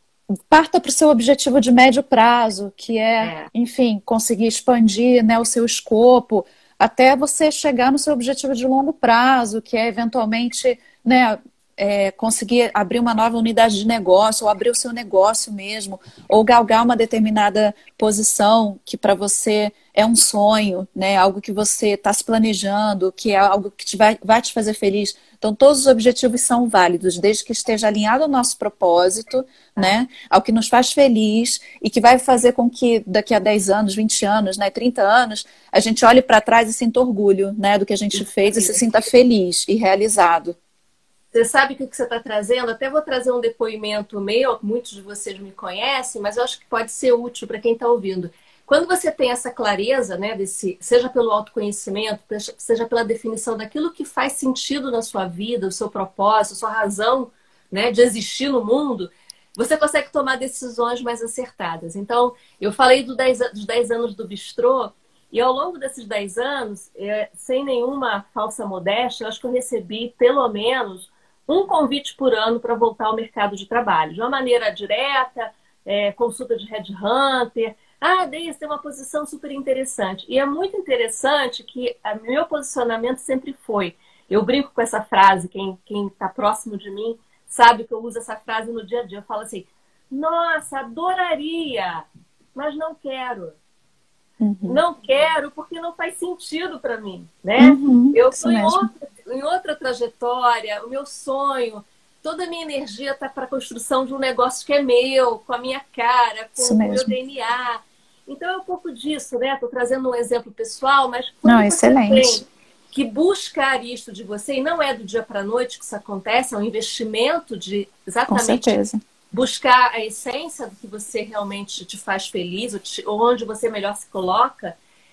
Speaker 2: parta para o seu objetivo de médio prazo, que enfim, conseguir expandir, né, o seu escopo, até você chegar no seu objetivo de longo prazo, que é eventualmente, né, conseguir abrir uma nova unidade de negócio, ou abrir o seu negócio mesmo, ou galgar uma determinada posição que para você é um sonho, né, algo que você está se planejando, que é algo que vai te fazer feliz. Então, todos os objetivos são válidos, desde que esteja alinhado ao nosso propósito, né, ao que nos faz feliz e que vai fazer com que daqui a 10 anos, 20 anos, né, 30 anos, a gente olhe para trás e sinta orgulho, né, do que a gente fez e se sinta feliz e realizado.
Speaker 1: Você sabe o que você está trazendo? Até vou trazer um depoimento meu, muitos de vocês me conhecem, mas eu acho que pode ser útil para quem está ouvindo. Quando você tem essa clareza, né, seja pelo autoconhecimento, seja pela definição daquilo que faz sentido na sua vida, o seu propósito, a sua razão, né, de existir no mundo, você consegue tomar decisões mais acertadas. Então, eu falei dos 10 anos do bistrô, e ao longo desses 10 anos, sem nenhuma falsa modéstia, eu acho que eu recebi pelo menos um convite por ano para voltar ao mercado de trabalho. De uma maneira direta, consulta de headhunter. Deise, tem uma posição super interessante. E é muito interessante que o meu posicionamento sempre foi. Eu brinco com essa frase, quem está próximo de mim sabe que eu uso essa frase no dia a dia. Eu falo assim, nossa, adoraria, mas não quero. Uhum. Não quero porque não faz sentido para mim, né? Eu estou em outra trajetória, o meu sonho, toda a minha energia está para a construção de um negócio que é meu, com a minha cara, com o meu DNA. Então é um pouco disso, né? Estou trazendo um exemplo pessoal, mas quando você tem que buscar isto de você, e não é do dia para a noite que isso acontece, é um investimento de exatamente buscar a essência do que você realmente te faz feliz, ou onde você melhor se coloca,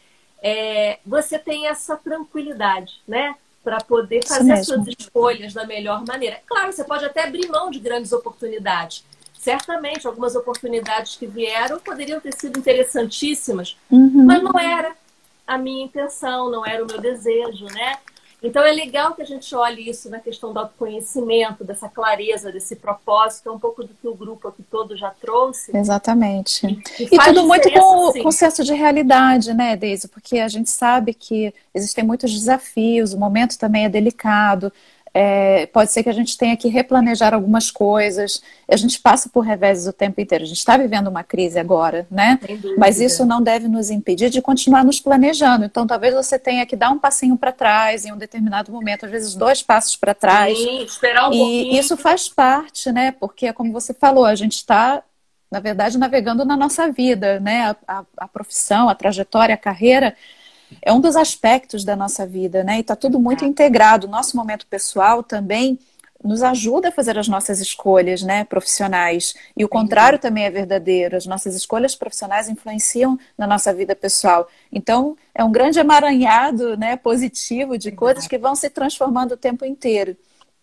Speaker 1: você tem essa tranquilidade, né? Para poder fazer as suas escolhas da melhor maneira. Claro, você pode até abrir mão de grandes oportunidades. Certamente, algumas oportunidades que vieram poderiam ter sido interessantíssimas, mas não era a minha intenção, não era o meu desejo, né? Então é legal que a gente olhe isso na questão do autoconhecimento, dessa clareza, desse propósito, é um pouco do que o grupo aqui todo já trouxe.
Speaker 2: Exatamente. E tudo muito com o senso de realidade, né, Deise? Porque a gente sabe que existem muitos desafios, o momento também é delicado. Pode ser que a gente tenha que replanejar algumas coisas. A gente passa por reveses o tempo inteiro. A gente está vivendo uma crise agora, né? Mas isso não deve nos impedir de continuar nos planejando. Então, talvez você tenha que dar um passinho para trás em um determinado momento, às vezes 2 passos para trás.
Speaker 1: Sim, esperar um pouquinho.
Speaker 2: E isso faz parte, né? Porque, como você falou, a gente está, na verdade, navegando na nossa vida, né? A profissão, a trajetória, a carreira é um dos aspectos da nossa vida, né? E está tudo muito integrado. O nosso momento pessoal também nos ajuda a fazer as nossas escolhas, né, profissionais. E o contrário também é verdadeiro. As nossas escolhas profissionais influenciam na nossa vida pessoal. Então, é um grande emaranhado, né, positivo de coisas que vão se transformando o tempo inteiro.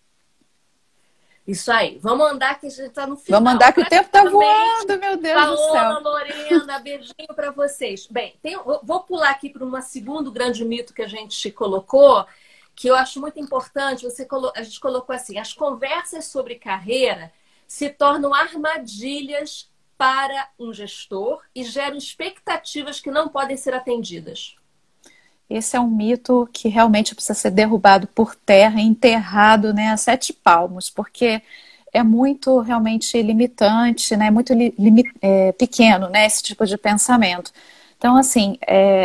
Speaker 1: Isso aí. Vamos andar que a gente está no final.
Speaker 2: Vamos andar que o tempo está voando, meu Deus do céu.
Speaker 1: Paola, Lorena, beijinho para vocês. Bem, vou pular aqui para um segundo grande mito que a gente colocou, que eu acho muito importante. A gente colocou assim, as conversas sobre carreira se tornam armadilhas para um gestor e geram expectativas que não podem ser atendidas.
Speaker 2: Esse é um mito que realmente precisa ser derrubado por terra e enterrado, né, a 7 palmos, porque é muito realmente limitante, né, muito pequeno, né, esse tipo de pensamento. Então, assim,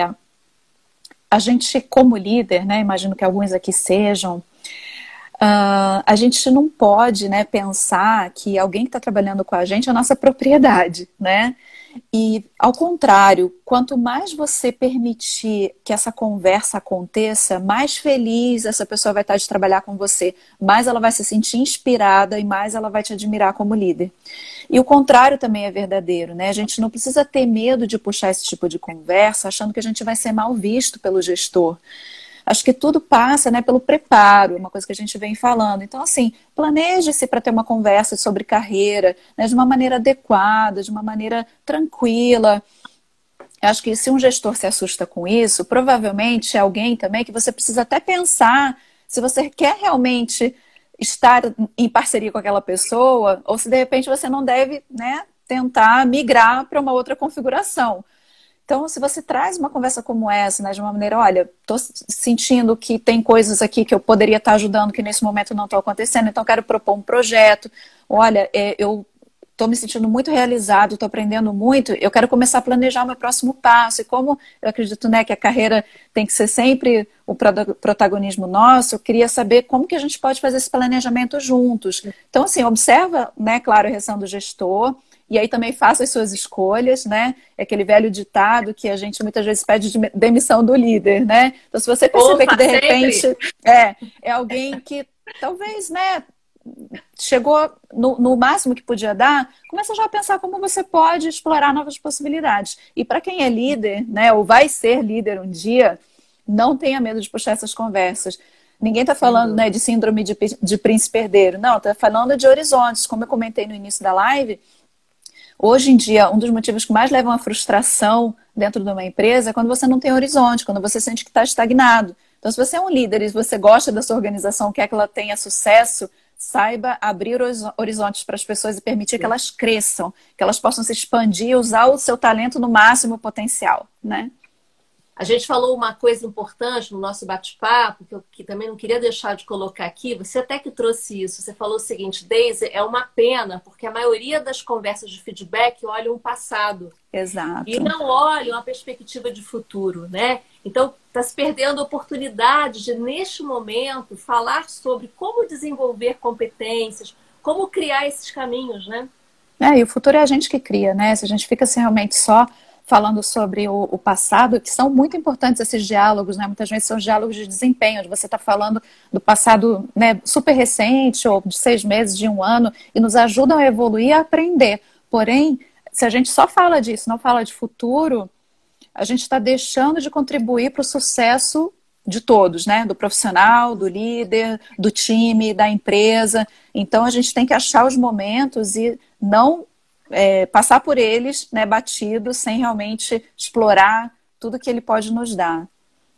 Speaker 2: a gente como líder, né, imagino que alguns aqui sejam, a gente não pode, né, pensar que alguém que está trabalhando com a gente é a nossa propriedade, né? E, ao contrário, quanto mais você permitir que essa conversa aconteça, mais feliz essa pessoa vai estar de trabalhar com você, mais ela vai se sentir inspirada e mais ela vai te admirar como líder. E o contrário também é verdadeiro, né? A gente não precisa ter medo de puxar esse tipo de conversa achando que a gente vai ser mal visto pelo gestor. Acho que tudo passa, né, pelo preparo, uma coisa que a gente vem falando. Então, assim, planeje-se para ter uma conversa sobre carreira, né, de uma maneira adequada, de uma maneira tranquila. Acho que se um gestor se assusta com isso, provavelmente é alguém também que você precisa até pensar se você quer realmente estar em parceria com aquela pessoa ou se de repente você não deve, né, tentar migrar para uma outra configuração. Então, se você traz uma conversa como essa, né, de uma maneira, olha, estou sentindo que tem coisas aqui que eu poderia estar ajudando que nesse momento não estão acontecendo, então quero propor um projeto. Olha, eu estou me sentindo muito realizado, estou aprendendo muito, eu quero começar a planejar o meu próximo passo. E como eu acredito, né, que a carreira tem que ser sempre o protagonismo nosso, eu queria saber como que a gente pode fazer esse planejamento juntos. Então, assim, observa, né, claro, a reação do gestor. E aí também faça as suas escolhas, né? É aquele velho ditado que a gente muitas vezes pede de demissão do líder, né? Então, se você perceber
Speaker 1: Opa,
Speaker 2: que de
Speaker 1: sempre.
Speaker 2: repente é alguém que talvez, né, chegou no máximo que podia dar, começa já a pensar como você pode explorar novas possibilidades. E para quem é líder, né, ou vai ser líder um dia, não tenha medo de puxar essas conversas. Ninguém está falando, né, de síndrome de príncipe herdeiro. Não, está falando de horizontes. Como eu comentei no início da live, hoje em dia, um dos motivos que mais levam à frustração dentro de uma empresa é quando você não tem horizonte, quando você sente que está estagnado. Então, se você é um líder e você gosta da sua organização, quer que ela tenha sucesso, saiba abrir horizontes para as pessoas e permitir que elas cresçam, que elas possam se expandir e usar o seu talento no máximo potencial, né?
Speaker 1: A gente falou uma coisa importante no nosso bate-papo, que também não queria deixar de colocar aqui. Você até que trouxe isso. Você falou o seguinte, Daisy, é uma pena, porque a maioria das conversas de feedback olham o passado.
Speaker 2: Exato.
Speaker 1: E não olham a perspectiva de futuro, né? Então, está se perdendo a oportunidade de, neste momento, falar sobre como desenvolver competências, como criar esses caminhos, né?
Speaker 2: E o futuro é a gente que cria, né? Se a gente fica assim, realmente só falando sobre o passado, que são muito importantes esses diálogos, né? Muitas vezes são diálogos de desempenho, onde você está falando do passado, né, super recente, ou de 6 meses, de 1 ano, e nos ajudam a evoluir e a aprender. Porém, se a gente só fala disso, não fala de futuro, a gente está deixando de contribuir para o sucesso de todos, né? Do profissional, do líder, do time, da empresa. Então, a gente tem que achar os momentos e não passar por eles, né, batido, sem realmente explorar tudo que ele pode nos dar.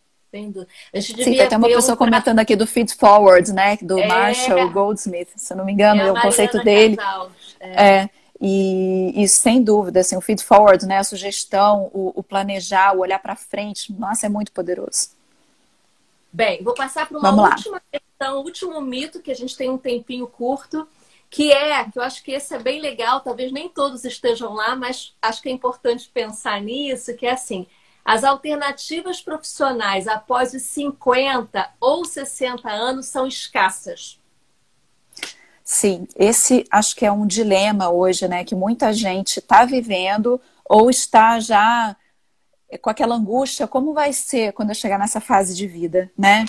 Speaker 2: Sim, vai ter uma pessoa comentando aqui do feed forward, né, do Marshall Goldsmith, se eu não me engano, é o conceito dele. E sem dúvida, assim, o feed forward, né, a sugestão, o planejar, o olhar para frente, nossa, é muito poderoso.
Speaker 1: Bem, vou passar para uma última questão, último mito, que a gente tem um tempinho curto, que eu acho que esse é bem legal, talvez nem todos estejam lá, mas acho que é importante pensar nisso, que é assim, as alternativas profissionais após os 50 ou 60 anos são escassas.
Speaker 2: Sim, esse acho que é um dilema hoje, né, que muita gente está vivendo ou está já com aquela angústia, como vai ser quando eu chegar nessa fase de vida, né?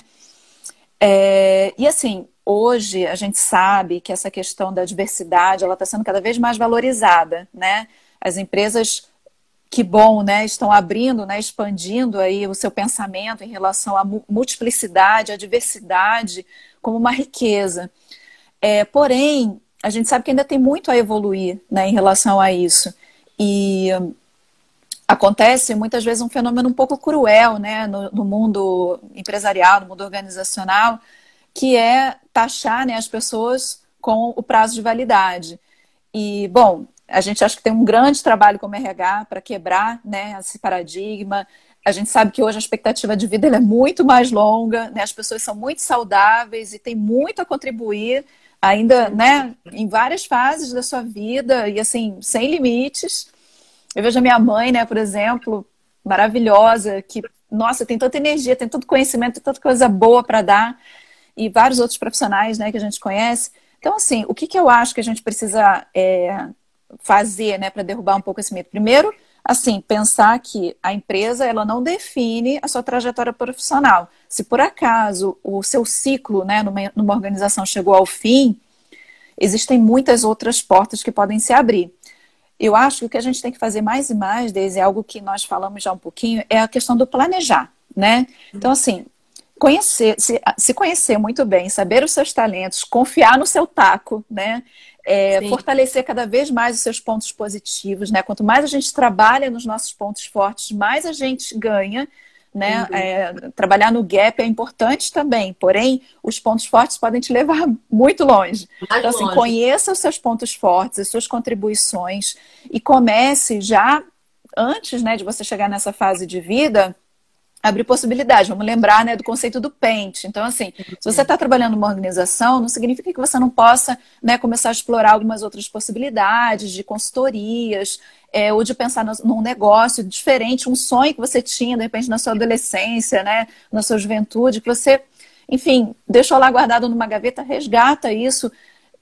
Speaker 2: E assim, hoje a gente sabe que essa questão da diversidade, ela está sendo cada vez mais valorizada, né? As empresas, que bom, né, estão abrindo, né, expandindo aí o seu pensamento em relação à multiplicidade, à diversidade como uma riqueza. Porém, a gente sabe que ainda tem muito a evoluir, né, em relação a isso. E acontece muitas vezes um fenômeno um pouco cruel, né, no mundo empresarial, no mundo organizacional, que é taxar, né, as pessoas com o prazo de validade. E, bom, a gente acha que tem um grande trabalho como RH para quebrar, né, esse paradigma. A gente sabe que hoje a expectativa de vida é muito mais longa, né, as pessoas são muito saudáveis e têm muito a contribuir ainda, né, em várias fases da sua vida e, assim, sem limites. Eu vejo a minha mãe, né, por exemplo, maravilhosa, que, nossa, tem tanta energia, tem tanto conhecimento, tem tanta coisa boa para dar, e vários outros profissionais, né, que a gente conhece. Então, assim, o que eu acho que a gente precisa fazer, né, para derrubar um pouco esse mito? Primeiro, assim, pensar que a empresa, ela não define a sua trajetória profissional. Se por acaso o seu ciclo, né, numa organização chegou ao fim, existem muitas outras portas que podem se abrir. Eu acho que o que a gente tem que fazer mais e mais, Deise, é algo que nós falamos já um pouquinho, é a questão do planejar, né? Então, assim, se conhecer muito bem, saber os seus talentos, confiar no seu taco, né? Fortalecer cada vez mais os seus pontos positivos, né? Quanto mais a gente trabalha nos nossos pontos fortes, mais a gente ganha, né? Trabalhar no gap é importante também, porém, os pontos fortes podem te levar muito longe. Então, assim, conheça os seus pontos fortes, as suas contribuições e comece já antes, né, de você chegar nessa fase de vida, abrir possibilidades. Vamos lembrar, né, do conceito do pente. Então, assim, se você está trabalhando numa organização, não significa que você não possa, né, começar a explorar algumas outras possibilidades de consultorias, ou de pensar num negócio diferente, um sonho que você tinha, de repente, na sua adolescência, né, na sua juventude, que você, enfim, deixou lá guardado numa gaveta, resgata isso,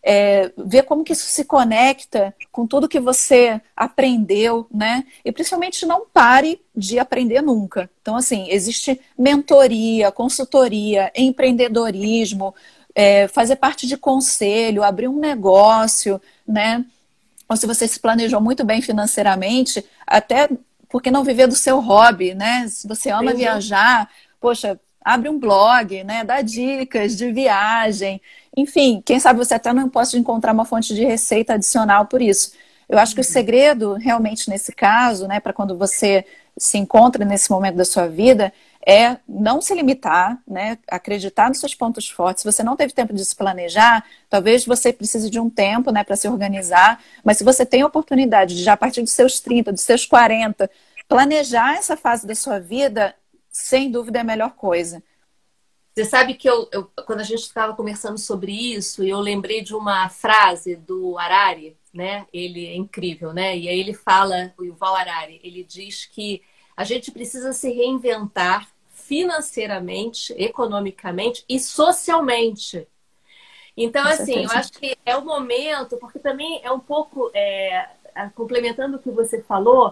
Speaker 2: ver como que isso se conecta com tudo que você aprendeu, né? E principalmente não pare de aprender nunca. Então, assim, existe mentoria, consultoria, empreendedorismo, fazer parte de conselho, abrir um negócio, né? Ou se você se planejou muito bem financeiramente, até porque não viver do seu hobby, né? Se você ama viajar, poxa, abre um blog, né? Dá dicas de viagem. Enfim, quem sabe você até não pode encontrar uma fonte de receita adicional por isso. Eu acho que o segredo, realmente, nesse caso, né, para quando você se encontra nesse momento da sua vida, é não se limitar, né, acreditar nos seus pontos fortes. Se você não teve tempo de se planejar, talvez você precise de um tempo, né, para se organizar, mas se você tem a oportunidade de já a partir dos seus 30, dos seus 40, planejar essa fase da sua vida, sem dúvida é a melhor coisa.
Speaker 1: Você sabe que quando a gente estava conversando sobre isso, eu lembrei de uma frase do Harari, né? Ele é incrível, né? E aí ele fala, o Yuval Harari, ele diz que a gente precisa se reinventar financeiramente, economicamente e socialmente. Então, assim, eu acho que é o momento, porque também é um pouco, complementando o que você falou,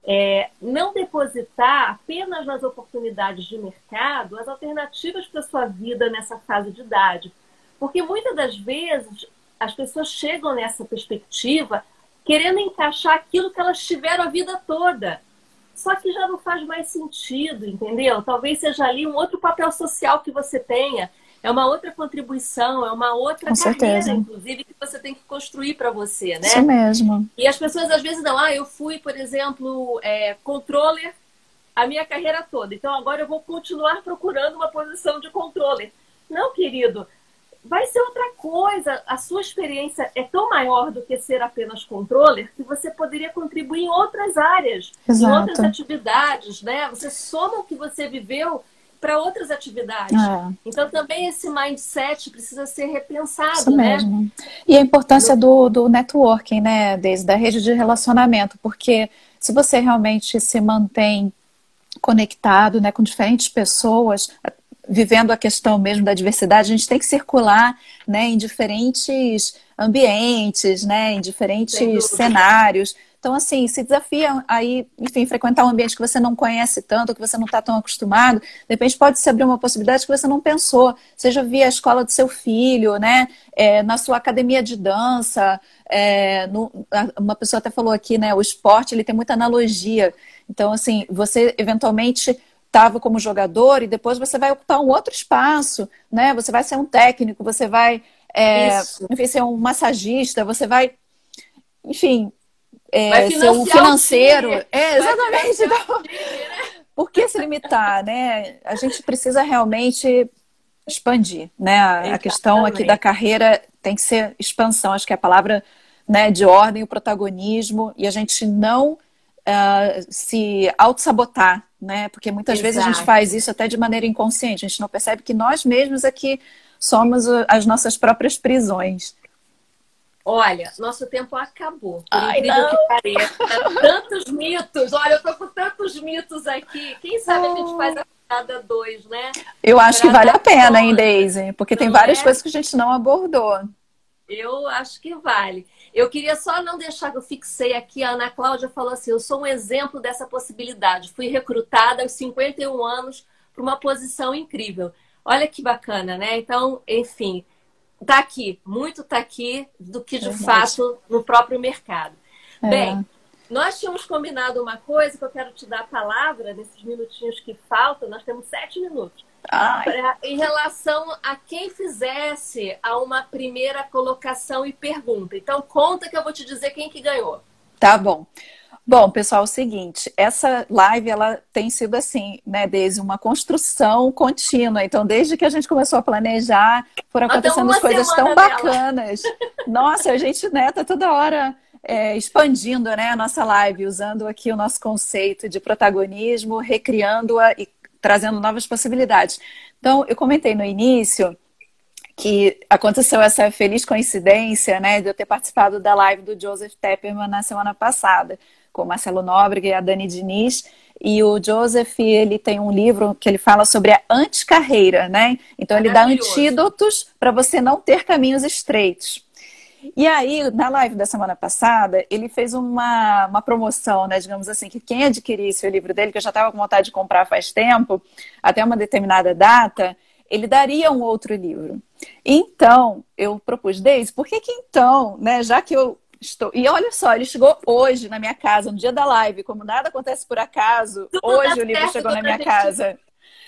Speaker 1: não depositar apenas nas oportunidades de mercado as alternativas para a sua vida nessa fase de idade. Porque muitas das vezes as pessoas chegam nessa perspectiva querendo encaixar aquilo que elas tiveram a vida toda. Só que já não faz mais sentido, entendeu? Talvez seja ali um outro papel social que você tenha, é uma outra contribuição, é uma outra carreira, inclusive, que você tem que construir para você, né?
Speaker 2: Isso mesmo.
Speaker 1: E as pessoas às vezes não, eu fui, por exemplo, controller a minha carreira toda, então agora eu vou continuar procurando uma posição de controller. Não, querido, vai ser outra coisa. A sua experiência é tão maior do que ser apenas controller que você poderia contribuir em outras áreas, em outras atividades, né? Você soma o que você viveu para outras atividades. Então também esse mindset precisa ser repensado.
Speaker 2: Isso mesmo. Né? E a importância do networking, né? Desde a rede de relacionamento, porque se você realmente se mantém conectado, né, com diferentes pessoas, vivendo a questão mesmo da diversidade, a gente tem que circular, né, em diferentes ambientes, né, em diferentes cenários. Então, assim, se desafia aí, enfim, frequentar um ambiente que você não conhece tanto, que você não está tão acostumado, de repente pode se abrir uma possibilidade que você não pensou, seja via a escola do seu filho, né, na sua academia de dança, uma pessoa até falou aqui, né, o esporte, ele tem muita analogia. Então, assim, você eventualmente estava como jogador e depois você vai ocupar um outro espaço, né, você vai ser um técnico, você vai, enfim, ser um massagista, você vai, enfim... ser um financeiro. Exatamente. Então, por que se limitar, né? A gente precisa realmente expandir, né? A questão aqui da carreira tem que ser expansão, acho que é a palavra, né, de ordem, o protagonismo, e a gente não se auto-sabotar, né? Porque muitas vezes a gente faz isso até de maneira inconsciente, a gente não percebe que nós mesmos aqui somos as nossas próprias prisões.
Speaker 1: Olha, nosso tempo acabou. Por incrível que pareça. Tantos mitos. Olha, eu tô com tantos mitos aqui. Quem sabe a gente faz a cada 2, né?
Speaker 2: Eu acho que vale a pena, hein, Deise? Porque tem várias coisas que a gente não abordou.
Speaker 1: Eu acho que vale. Eu queria só não deixar que eu fixei aqui, a Ana Cláudia falou assim, eu sou um exemplo dessa possibilidade. Fui recrutada aos 51 anos para uma posição incrível. Olha que bacana, né? Então, enfim, tá aqui, muito tá aqui do que de fato no próprio mercado. Bem, nós tínhamos combinado uma coisa que eu quero te dar a palavra nesses minutinhos que faltam, nós temos 7 minutos. Em relação a quem fizesse a uma primeira colocação e pergunta. Então, conta que eu vou te dizer quem que ganhou.
Speaker 2: Tá bom. Bom, pessoal, é o seguinte, essa live, ela tem sido assim, né, desde uma construção contínua. Então, desde que a gente começou a planejar, foram acontecendo as coisas tão bacanas. Nossa, a gente, né, tá toda hora expandindo, né, a nossa live, usando aqui o nosso conceito de protagonismo, recriando-a e trazendo novas possibilidades. Então, eu comentei no início que aconteceu essa feliz coincidência, né, de eu ter participado da live do Joseph Tepperman na semana passada, com o Marcelo Nóbrega e a Dani Diniz. E o Joseph, ele tem um livro que ele fala sobre a anticarreira, né? Então, ele dá antídotos para você não ter caminhos estreitos. E aí, na live da semana passada, ele fez uma promoção, né, digamos assim, que quem adquirisse o livro dele, que eu já estava com vontade de comprar faz tempo, até uma determinada data, ele daria um outro livro. Então, eu propus, Deise, por que então, né, já que eu estou... E olha só, ele chegou hoje na minha casa, no dia da live, como nada acontece por acaso, hoje o livro chegou na minha casa.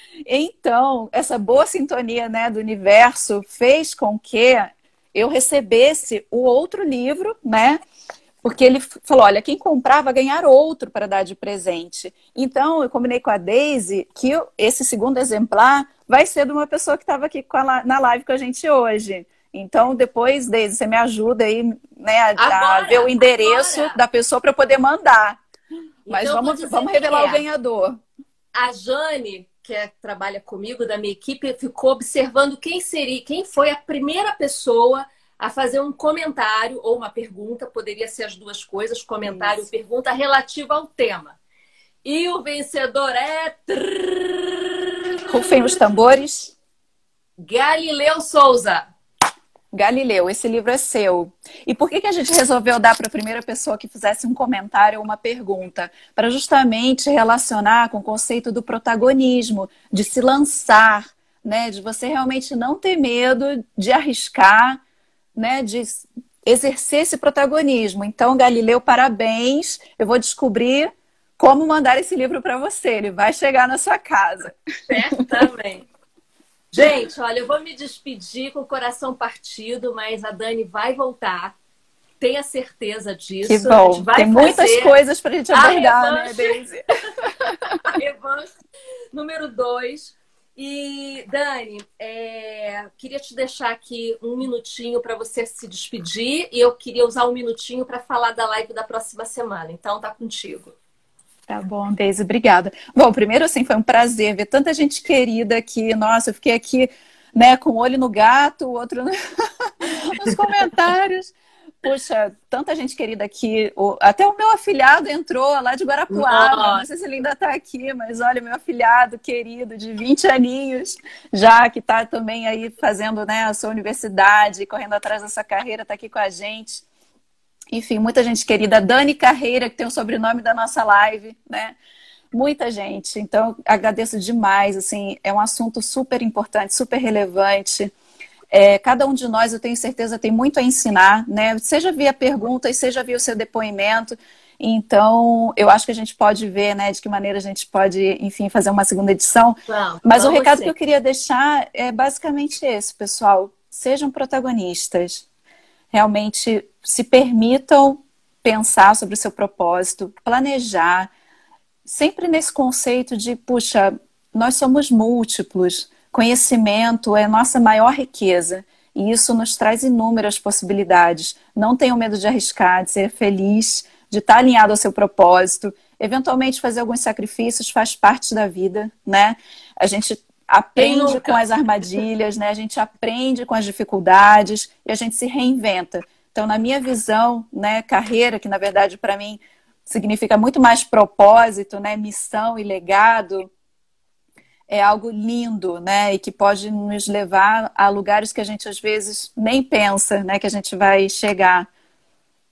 Speaker 2: Então, essa boa sintonia, né, do universo fez com que eu recebesse o outro livro, né? Porque ele falou, olha, quem comprar vai ganhar outro para dar de presente. Então, eu combinei com a Deise que esse segundo exemplar vai ser de uma pessoa que estava aqui na live com a gente hoje. Então, depois, Deise, você me ajuda aí, né, a ver o endereço da pessoa para eu poder mandar. Mas então, vamos revelar o ganhador.
Speaker 1: A Jane, que trabalha comigo, da minha equipe, ficou observando quem foi a primeira pessoa a fazer um comentário ou uma pergunta, poderia ser as duas coisas, comentário ou pergunta relativa ao tema. E o vencedor é...
Speaker 2: Rufem os tambores.
Speaker 1: Galileu Souza.
Speaker 2: Galileu, esse livro é seu. E por que a gente resolveu dar para a primeira pessoa que fizesse um comentário ou uma pergunta? Para justamente relacionar com o conceito do protagonismo, de se lançar, né? De você realmente não ter medo de arriscar, né? De exercer esse protagonismo. Então, Galileu, parabéns. Eu vou descobrir como mandar esse livro para você. Ele vai chegar na sua casa.
Speaker 1: Certamente. Gente, olha, eu vou me despedir com o coração partido, mas a Dani vai voltar. Tenha certeza disso.
Speaker 2: Que bom. Tem muitas coisas para a gente abordar, né, Deise?
Speaker 1: A revanche número 2. E, Dani, queria te deixar aqui um minutinho para você se despedir. E eu queria usar um minutinho para falar da live da próxima semana. Então, tá contigo.
Speaker 2: Tá bom, Deise, obrigada. Bom, primeiro, assim, foi um prazer ver tanta gente querida aqui. Nossa, eu fiquei aqui, né, com o olho no gato, o outro nos comentários. Puxa, tanta gente querida aqui. Até o meu afilhado entrou lá de Guarapuava. Não sei se ele ainda está aqui, mas olha, meu afilhado querido, de 20 aninhos, já que está também aí fazendo, né, a sua universidade, correndo atrás dessa carreira, está aqui com a gente. Enfim, muita gente querida. Dani Carreira, que tem o sobrenome da nossa live, né? Muita gente. Então, agradeço demais. Assim, é um assunto super importante, super relevante. Cada um de nós, eu tenho certeza, tem muito a ensinar, né? Seja via perguntas, seja via o seu depoimento. Então, eu acho que a gente pode ver, né, de que maneira a gente pode, enfim, fazer uma segunda edição. Mas o recado que eu queria deixar é basicamente esse, pessoal. Sejam protagonistas. Realmente se permitam pensar sobre o seu propósito, planejar, sempre nesse conceito de, puxa, nós somos múltiplos, conhecimento é a nossa maior riqueza e isso nos traz inúmeras possibilidades. Não tenham medo de arriscar, de ser feliz, de estar alinhado ao seu propósito, eventualmente fazer alguns sacrifícios faz parte da vida, né? A gente aprende com as armadilhas, né? A gente aprende com as dificuldades e a gente se reinventa. Então, na minha visão, né, carreira, que na verdade para mim significa muito mais propósito, né, missão e legado, é algo lindo, né, e que pode nos levar a lugares que a gente às vezes nem pensa, né, que a gente vai chegar.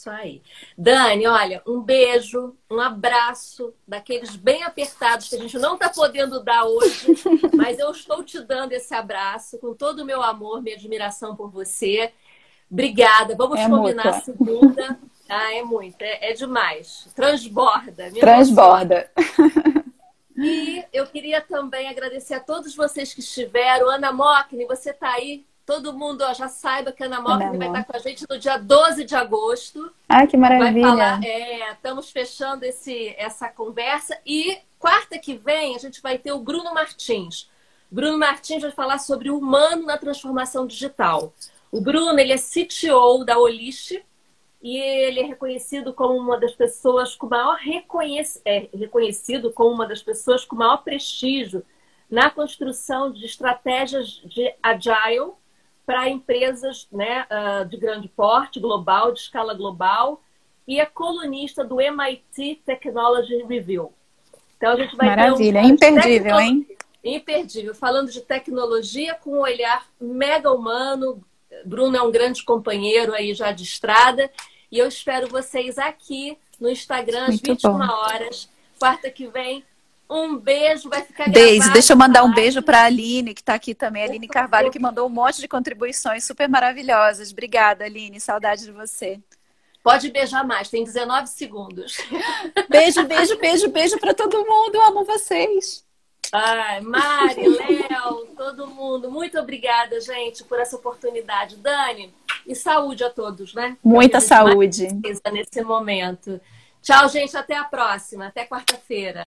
Speaker 1: Isso aí. Dani, olha, um beijo, um abraço, daqueles bem apertados que a gente não está podendo dar hoje, mas eu estou te dando esse abraço com todo o meu amor, minha admiração por você. Obrigada. Vamos combinar a segunda. Ah, é muito, é demais. Transborda.
Speaker 2: Transborda.
Speaker 1: E eu queria também agradecer a todos vocês que estiveram. Ana Mockney, você está aí? Todo mundo já saiba que a Ana Mockney vai estar com a gente no dia 12 de agosto.
Speaker 2: Ai, que maravilha!
Speaker 1: Vai falar, estamos fechando essa conversa. E quarta que vem a gente vai ter o Bruno Martins. Bruno Martins vai falar sobre o humano na transformação digital. O Bruno, ele é CTO da Olish e ele é reconhecido como uma das pessoas com maior reconhecido como uma das pessoas com maior prestígio na construção de estratégias de agile para empresas, né, de grande porte global, de escala global, e é colunista do MIT Technology Review. Então a gente vai
Speaker 2: Maravilha, é imperdível, hein?
Speaker 1: Imperdível, falando de tecnologia com um olhar mega humano. Bruno é um grande companheiro aí já de estrada, e eu espero vocês aqui no Instagram às 21h, quarta que vem. Um beijo, vai ficar gravado.
Speaker 2: Deixa eu mandar um beijo para a Aline, que está aqui também. A Aline Carvalho, que mandou um monte de contribuições super maravilhosas. Obrigada, Aline. Saudade de você.
Speaker 1: Pode beijar mais, tem 19 segundos.
Speaker 2: Beijo, beijo, beijo, beijo para todo mundo. Amo vocês.
Speaker 1: Ai, Mari, Léo, todo mundo. Muito obrigada, gente, por essa oportunidade. Dani, e saúde a todos, né?
Speaker 2: Muita saúde.
Speaker 1: Nesse momento. Tchau, gente. Até a próxima. Até quarta-feira.